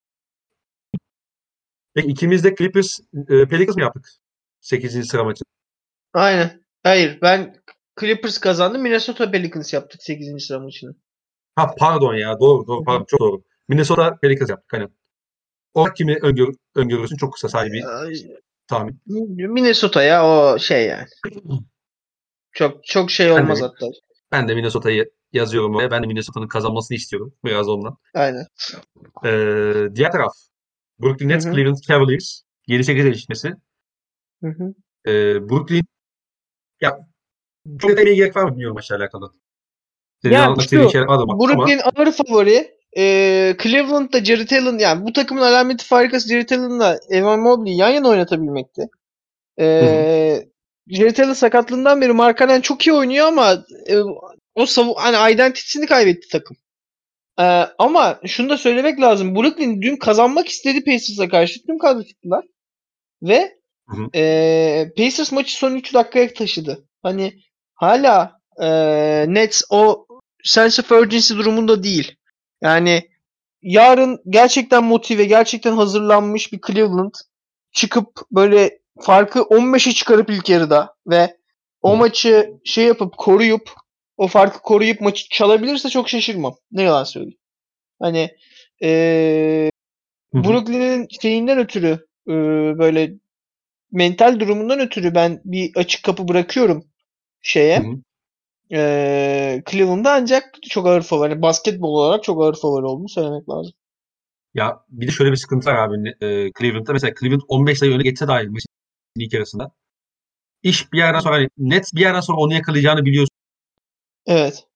Peki ikimiz de Clippers e, Pelicans mı yaptık? sekizinci sıra maçı. Aynen. Hayır, ben Clippers kazandı. Minnesota Pelicans yaptık sekizinci sıra maçını. Ha pardon ya doğru doğru pardon çok doğru. Minnesota Pelicans yaptık hani. O kimi öngör, öngörürsün çok kısa sadece bir tahmin. Minnesota ya, o şey yani. Çok çok şey Ben olmaz de, hatta. ben de Minnesota'yı yazıyorum oraya. Ben de Minnesota'nın kazanmasını istiyorum. Biraz ondan. Aynen. Ee, diğer taraf. Brooklyn Hı Nets, hı. Cleveland Cavaliers. yedi sekiz eşleşmesi. Hı hı. Ee, Brooklyn ya çok detaya gerek var mı bilmiyorum maçla alakalı. Senin Ya anlatmak istediğin şu şeyler var mı? Ama Brooklyn ağır favori. Ee, Cleveland'da Jared Allen, yani bu takımın alameti farikası Jared Allen'la Evan Mobley'i yan yana oynatabilmekti. hı hı. Ee, Jared Allen sakatlığından beri Markkanen çok iyi oynuyor ama e, o savu hani identity'sini kaybetti takım. Ee, ama şunu da söylemek lazım. Brooklyn dün kazanmak istedi Pacers'a karşı. Tüm kadro çıktılar. Ve Hı hı. e, Pacers maçı son üç dakikaya taşıdı. Hani hala e, Nets o sense of urgency durumunda değil. Yani yarın gerçekten motive, gerçekten hazırlanmış bir Cleveland çıkıp böyle farkı on beşe çıkarıp ilk yarıda ve o Hı. maçı şey yapıp koruyup o farkı koruyup maçı çalabilirse çok şaşırmam. Ne yalan söyleyeyim. Hani ee, Hı hı. Brooklyn'in şeyinden ötürü ee, böyle mental durumundan ötürü ben bir açık kapı bırakıyorum Hı şeye. hı. Ee, Cleveland'da ancak çok ağır favori. Hani basketbol olarak çok ağır favori olduğunu söylemek lazım. Ya bir de şöyle bir sıkıntı var abi e, Cleveland'da. Mesela Cleveland on beş sayı öne geçse dahi maçın ilk yarısında. İş bir yerden sonra hani net bir yerden sonra onu yakalayacağını biliyorsun. Evet.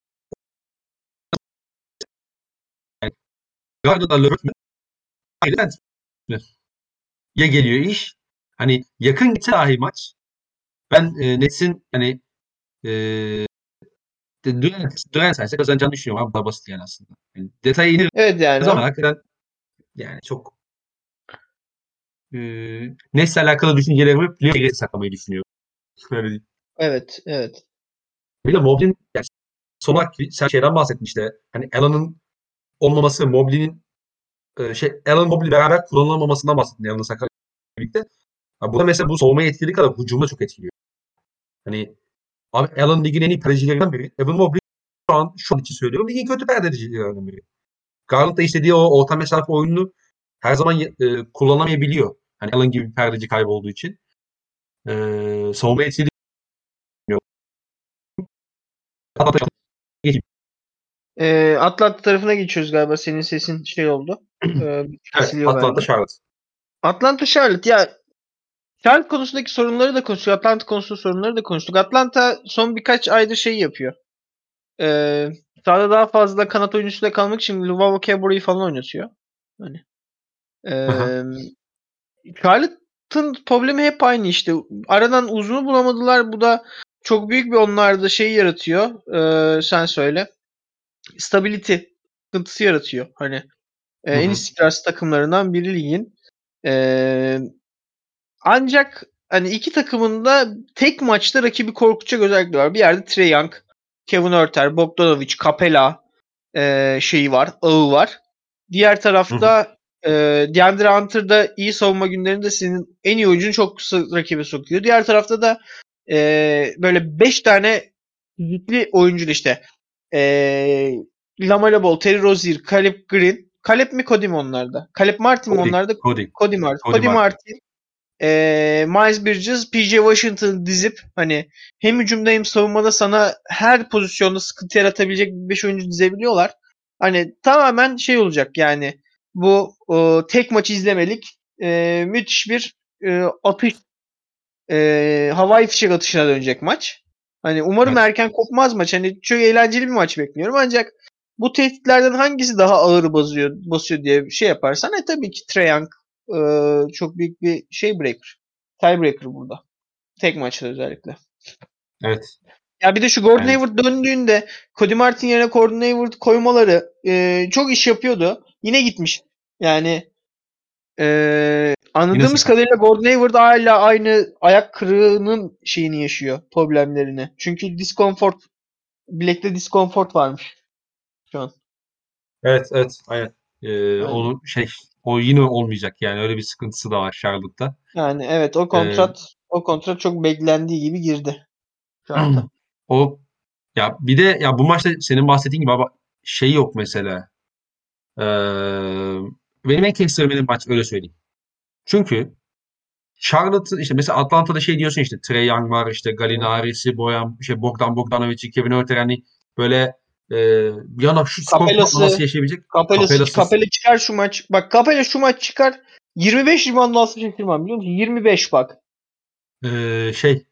Gardner'la LeVert mi? Hayır, Levert mi? Ya geliyor iş. Hani yakın gitse dahi maç. Ben e, Nets'in hani e, Durant, Durant sayesinde kazanacağını düşünüyorum. Abi daha basit yani aslında. Yani detaya ineriz Evet yani. ama hakikaten yani çok e, Nets'le alakalı düşüncelerimi playoff'a saklamayı düşünüyorum. Öyle değil. Evet, evet. Bir de Mobley'nin yani son olarak sen şeyden bahsettin işte. Hani Allen'ın olmaması, Mobley'nin e, şey Allen Mobley beraber kullanılamamasından bahsettin Allen'ın sakatlıkla birlikte. Ha, bu da mesela bu savunmayı etkilediği kadar hücumda çok etkiliyor. Hani abi Allen ligin en iyi perdecilerinden biri. Evan Mobley şu an, şu an için söylüyorum ligin kötü perdecilerinden biri. Garland da istediği o orta mesafe oyununu her zaman e, kullanamayabiliyor. Hani Allen gibi bir perdeci kaybolduğu için. E, savunma etkili Ee, Atlanta tarafına geçiyoruz galiba. Senin sesin şey oldu. Ee, Evet, kesiliyor Atlanta galiba. Charlotte. Atlanta Charlotte ya Charlotte konusundaki sorunları da konuştuk. Atlanta konusundaki sorunları da konuştuk. Atlanta son birkaç aydır şey yapıyor. Ee, sahada daha fazla kanat oyuncusuyla kalmak için Luvavo Cabarrot'u falan oynatıyor. Hani, ee, Charlotte'ın problemi hep aynı işte. Aradan uzunu bulamadılar. Bu da çok büyük bir onlarda şey yaratıyor. Ee, sen söyle. Stability sıkıntısı yaratıyor. Hani e, Hı en hı. istikrarsız takımlarından biri ligin. Ee, ancak hani iki takımın da tek maçta rakibi korkutacak özellikleri var. Bir yerde Trae Young, Kevin Huerter, Bogdanovic, Capela e, şeyi var, ağı var. Diğer Hı hı. tarafta e, DeAndre Hunter'da iyi savunma günlerinde senin en iyi oyuncunu çok kısa rakibe sokuyor. Diğer tarafta da e, böyle beş tane fizikli oyuncu işte e, LaMelo Ball, Terry Rozier, Caleb Green. Caleb mi Cody mi onlarda? Caleb Martin mi Cody. onlarda? Cody. Cody Martin. Cody Cody Martin. Martin e, Miles Bridges, P J Washington dizip hani hem hücumda hem savunmada sana her pozisyonda sıkıntı yaratabilecek beş oyuncu dizebiliyorlar. Hani tamamen şey olacak yani bu o, tek maç izlemelik e, müthiş bir e, atış e, havai fişek atışına dönecek maç. Hani umarım Evet. erken kopmaz maç. Hani çok eğlenceli bir maç bekliyorum ancak bu tehditlerden hangisi daha ağır basıyor, basıyor diye bir şey yaparsan e tabii ki Trae Young e, çok büyük bir şey breaker. Tiebreaker burada. Tek maçta özellikle. Evet. Ya bir de şu Gordon Yani Hayward döndüğünde Cody Martin yerine Gordon Hayward koymaları e, çok iş yapıyordu. Yine gitmiş. Yani e, yine anladığımız sakat. kadarıyla Gordon Hayward hala aynı ayak kırığının şeyini yaşıyor. Problemlerini. Çünkü discomfort bilekte discomfort varmış şu an. Evet, evet. Aynen. Ee, Yani, onu şey o yine olmayacak yani öyle bir sıkıntısı da var Charlotte'da. yani evet o Ee, kontrat o kontrat çok beklendiği gibi girdi şu anda. o ya bir de ya bu maçta senin bahsettiğin gibi abi şey yok mesela. Ee, benim en kestirmediğim maç öyle söyleyeyim. Çünkü Charlotte işte mesela Atlanta'da şey diyorsun işte Trae Young var işte Gallinari'si, Boyan, şey Bogdan Bogdanovic'i, Kevin Huerter hani böyle e, bir yana şu skor patlaması Capella'sı yaşayabilecek Capella'sı Capella'sız Capella çıkar şu maç. Bak Capella şu maç çıkar. yirmi beş rebound alsa şaşırmam biliyor musun? yirmi beş bak. e, şey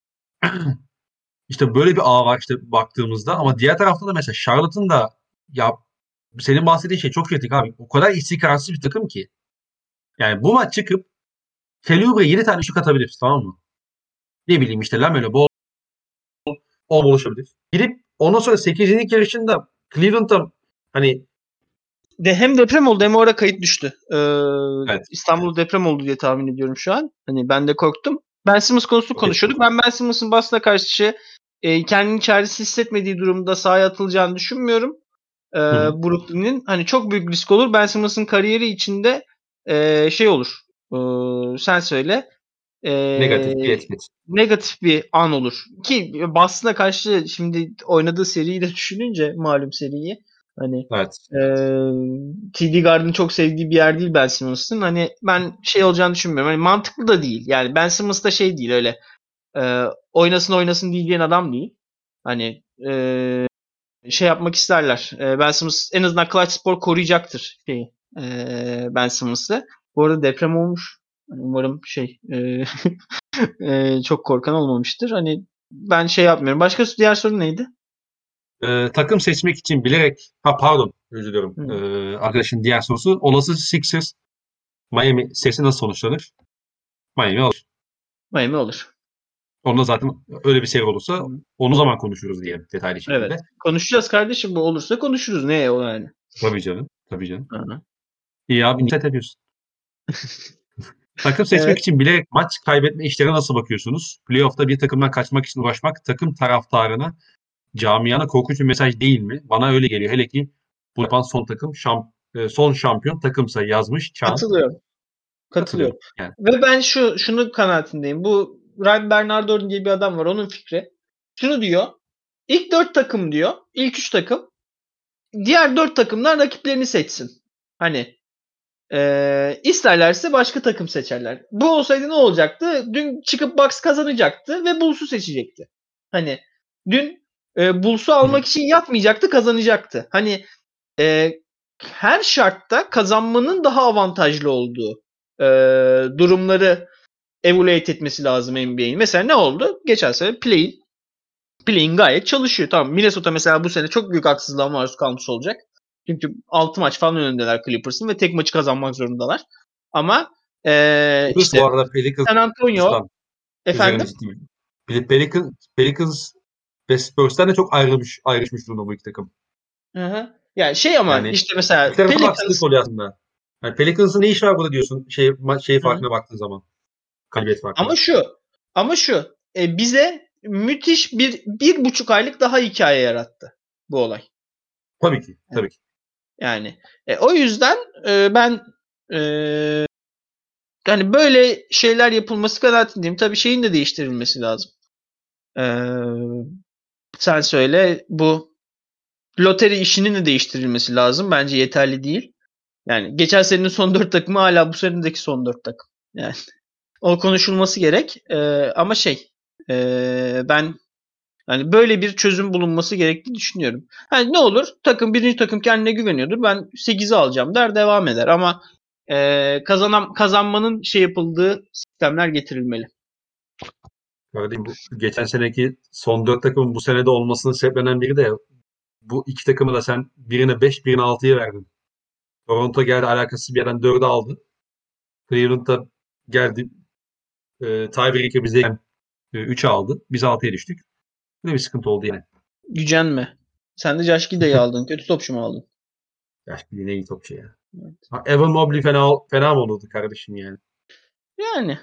işte böyle bir ağ var işte baktığımızda ama diğer tarafta da mesela Charlotte'ın da ya senin bahsettiğin şey çok kritik abi. O kadar istikrarsız bir takım ki. Yani bu maç çıkıp Kelly yedi tane şut atabilir tamam mı? Ne bileyim işte Lamelo Ball o oluşabilir. Gidip ondan sonra sekizinci yarışında Cleveland'da hani De hem deprem oldu hem orada kayıt düştü. Ee, evet. İstanbul'da deprem oldu diye tahmin ediyorum şu an. Hani ben de korktum. Ben Simmons konusunu Çok geçmiş konuşuyorduk. olsun. Ben Ben Simmons'ın Boston'a karşı e, kendini çaresiz hissetmediği durumda sahaya atılacağını düşünmüyorum. Ee, Hı hı. Brooklyn'in hani çok büyük risk olur. Ben Simmons'ın kariyeri içinde e, şey olur. Ee, sen söyle. e, Negatif bir etki. negatif bir an olur. Ki Boston'a karşı şimdi oynadığı seriyi de düşününce malum seriyi hani Evet. e, T D Garden'ın çok sevdiği bir yer değil Ben Simmons'ın. Hani ben şey olacağını düşünmüyorum. Hani mantıklı da değil. Yani Ben Simmons da şey değil öyle e, oynasın oynasın değil diyen adam değil. Hani e, şey yapmak isterler. E, Ben Simmons en azından Clutch Sport koruyacaktır şeyi. E, Ben Simmons'ı. Bu arada deprem olmuş. Hani umarım şey e, e, çok korkan olmamıştır. Hani ben şey yapmıyorum. Başka diğer soru neydi? Ee, takım seçmek için bilerek, ha pardon, özür diliyorum. Hı. Ee, arkadaşın diğer sorusu, olası Sixers Miami serisi nasıl sonuçlanır? Miami alır. Miami olur. Onda zaten öyle bir seri olursa Hı. onu zaman konuşuruz diyelim detaylı Evet. şekilde. Konuşacağız kardeşim. Bu olursa konuşuruz. Ne o yani? Tabii canım. Tabii canım. Hı-hı. İyi abi, niyet ediyorsun. Takım seçmek Evet. için bilerek maç kaybetme işlerine nasıl bakıyorsunuz? Playoff'ta bir takımdan kaçmak için uğraşmak takım taraftarına, camiana korkunç bir mesaj değil mi? Bana öyle geliyor. Hele ki bu yapan son takım şamp e, son şampiyon takımsa yazmış Çağan. Katılıyorum. Katılıyorum. Katılıyorum yani. Ve ben şu şunu kanaatindeyim. Bu Ryan Bernardo diye bir adam var. Onun fikri. Şunu diyor. İlk dört takım diyor. İlk üç takım. Diğer dört takımlar rakiplerini seçsin. Hani Ee, isterlerse başka takım seçerler. Bu olsaydı ne olacaktı? Dün çıkıp Bucks kazanacaktı ve Bulls'u seçecekti. Hani dün e, Bulls'u almak için yatmayacaktı, kazanacaktı. Hani e, her şartta kazanmanın daha avantajlı olduğu e, durumları evaluate etmesi lazım N B A'in. Mesela ne oldu? Geçen sene play play'in gayet çalışıyor. Tamam, Minnesota mesela bu sene çok büyük haksızlığa maruz kalmış olacak. Çünkü altı maç falan önündeler Clippers'ın ve tek maçı kazanmak zorundalar. Ama ee, Clippers işte bu arada Pelicans San Antonio üzerine efendim. ciddi. Pel- Pelicans, Pelicans ve Spurs'tan da çok ayrılmış, ayrışmış durumda bu iki takım. Hı hı. Yani şey ama Yani işte mesela iki tarafa da haksızlık Pelicans oluyor aslında. Yani Pelicans'ın ne işi var burada diyorsun şey, ma- şey hı. farkına baktığın zaman. Galibiyet farkına. Ama şu ama şu e, bize müthiş bir bir buçuk aylık daha hikaye yarattı bu olay. Tabii ki. Tabii ki. Yani e, o yüzden e, ben e, yani böyle şeyler yapılması kanaatindeyim. Tabii şeyin de değiştirilmesi lazım. Ee, sen söyle, bu loteri işinin de değiştirilmesi lazım. Bence yeterli değil. Yani geçen senenin son dört takımı hala bu senedeki son dört takım. Yani o konuşulması gerek. Ee, ama şey ee, ben yani böyle bir çözüm bulunması gerektiğini düşünüyorum. Yani ne olur? Takım birinci takım kendine güveniyordur. Ben sekizi alacağım der, devam eder. Ama ee, kazanan kazanmanın şey yapıldığı sistemler getirilmeli. Kardeşim, bu geçen seneki son dört takımın bu senede olmasının sebeplenen biri de bu iki takımı da sen birine beş, birine altıya verdin. Toronto geldi alakasız bir yerden dörde aldı. Cleveland da geldi e, tiebreaker bize e, üçe aldı. Biz altıya düştük. Ne bir sıkıntı oldu yani. Gücenme. Sen de Josh Giddey'i aldın. Kötü topçu mu aldın? Ya yine iyi topçu ya. Evet. Ha, Evan Mobley fena, fena mı olurdu kardeşim yani? Yani.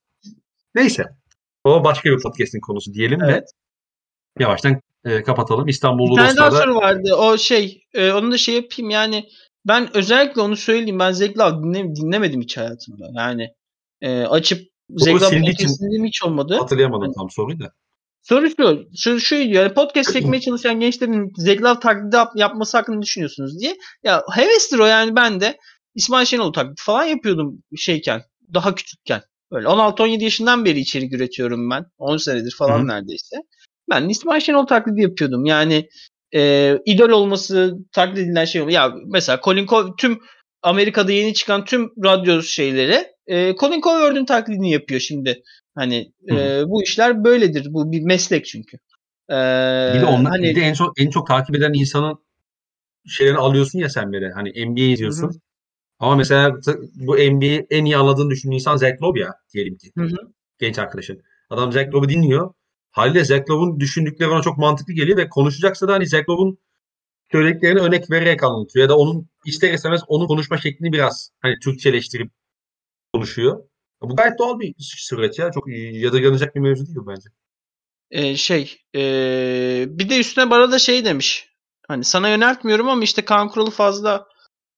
Neyse. O başka bir podcast'in konusu diyelim ve Evet. yavaştan e, kapatalım. Bir İstanbullu tane daha dostlar da soru vardı. O şey, e, onu da şey yapayım yani. Ben özellikle onu söyleyeyim. Ben Zach Love dinle, dinlemedim hiç hayatımda. Yani e, açıp soru Zach Love sildiği podcast için dinlediğim hiç olmadı. hatırlayamadım Hani, tam soruyu da. soru şu, şu şuydu yani podcast çekmeye çalışan gençlerin Zach Love taklidi yap, yapması hakkında düşünüyorsunuz diye. Ya hevestir o yani, ben de İsmail Şenol taklidi falan yapıyordum şeyken, daha küçükken. Böyle on altı on yedi yaşından beri içerik üretiyorum ben. on senedir Hı falan hı. neredeyse. Ben İsmail Şenol taklidi yapıyordum. Yani e, idol olması, taklit edilen şey oluyor. Ya mesela Colin Cowherd, tüm Amerika'da yeni çıkan tüm radyo şeyleri e, Colin Cowherd'ün taklidini yapıyor şimdi. Hani Hı hı. e, bu işler böyledir. Bu bir meslek çünkü. E, Bir de onlar, bir de hani en çok en çok takip eden insanın şeylerini alıyorsun ya sen böyle. Hani N B A hı hı, izliyorsun. Ama mesela t- bu N B A'yi en iyi anladığını düşündüğün insan Zach Lowe ya diyelim ki. hı hı. Genç arkadaşın. Adam Zach Lowe'u dinliyor. Haliyle Zach Lowe'un düşündükleri ona çok mantıklı geliyor ve konuşacaksa da hani Zach Lowe'un söylediklerini örnek vererek anlatıyor. Ya da onun ister istemez onun konuşma şeklini biraz hani Türkçeleştirip konuşuyor. Bu gayet doğal bir süreç ya. Çok yadırganacak bir mevzu değil bu bence. E, şey e, bir de üstüne bana da şey demiş. Hani sana yöneltmiyorum ama işte Kaan Kural'ı fazla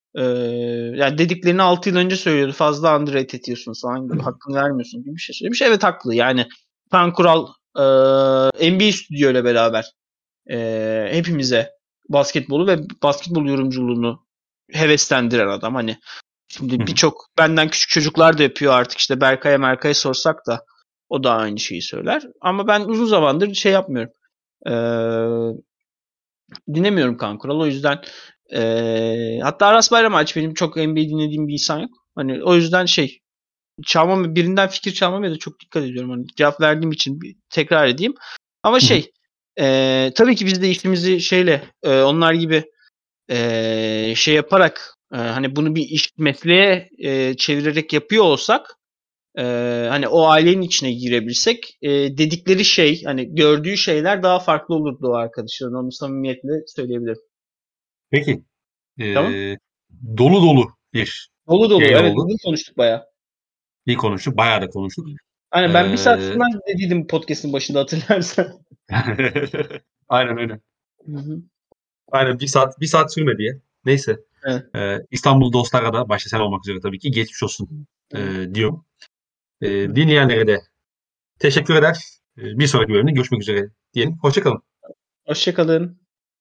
Ee, yani dediklerini altı yıl önce söylüyordu. Fazla underrated ediyorsunuz falan gibi. Hakkını vermiyorsun gibi bir şey söylemiş. Evet haklı. Yani Kaan Kural e, N B A Stüdyo ile beraber e, hepimize basketbolu ve basketbol yorumculuğunu heveslendiren adam. Hani şimdi birçok benden küçük çocuklar da yapıyor artık. İşte Berkay'a Merkay'a sorsak da o da aynı şeyi söyler. Ama ben uzun zamandır şey yapmıyorum. Eee dinlemiyorum Kaan Kural. O yüzden eee, hatta Aras Bayramaç benim çok N B A dinlediğim bir insan yok. Hani o yüzden şey çalmam birinden fikir çalmam ya da çok dikkat ediyorum. Hani cevap verdiğim için bir tekrar edeyim. Ama şey eee, tabii ki biz de işimizi şeyle eee, onlar gibi eee, şey yaparak eee, hani bunu bir iş mesleğe eee, çevirerek yapıyor olsak eee, hani o ailenin içine girebilsek eee, dedikleri şey hani gördüğü şeyler daha farklı olurdu o arkadaşların. Onu samimiyetle söyleyebilirim. Peki. Tamam. Ee, dolu dolu bir Dolu dolu. yayın Evet oldu. bugün konuştuk bayağı. İyi konuştuk. Bayağı da konuştuk. Aynen ben bir saat Ee, falan dediydim podcast'in başında hatırlarsan. Aynen öyle. Hı hı. Aynen bir saat bir saat sürmedi ya. Neyse. Evet. Ee, İstanbul dostlara da başta sen olmak üzere tabii ki geçmiş olsun Evet. e, diyorum. E, dinleyenlere de teşekkür eder. E, bir sonraki bölümde görüşmek üzere diyelim. Hoşça kalın. Hoşçakalın.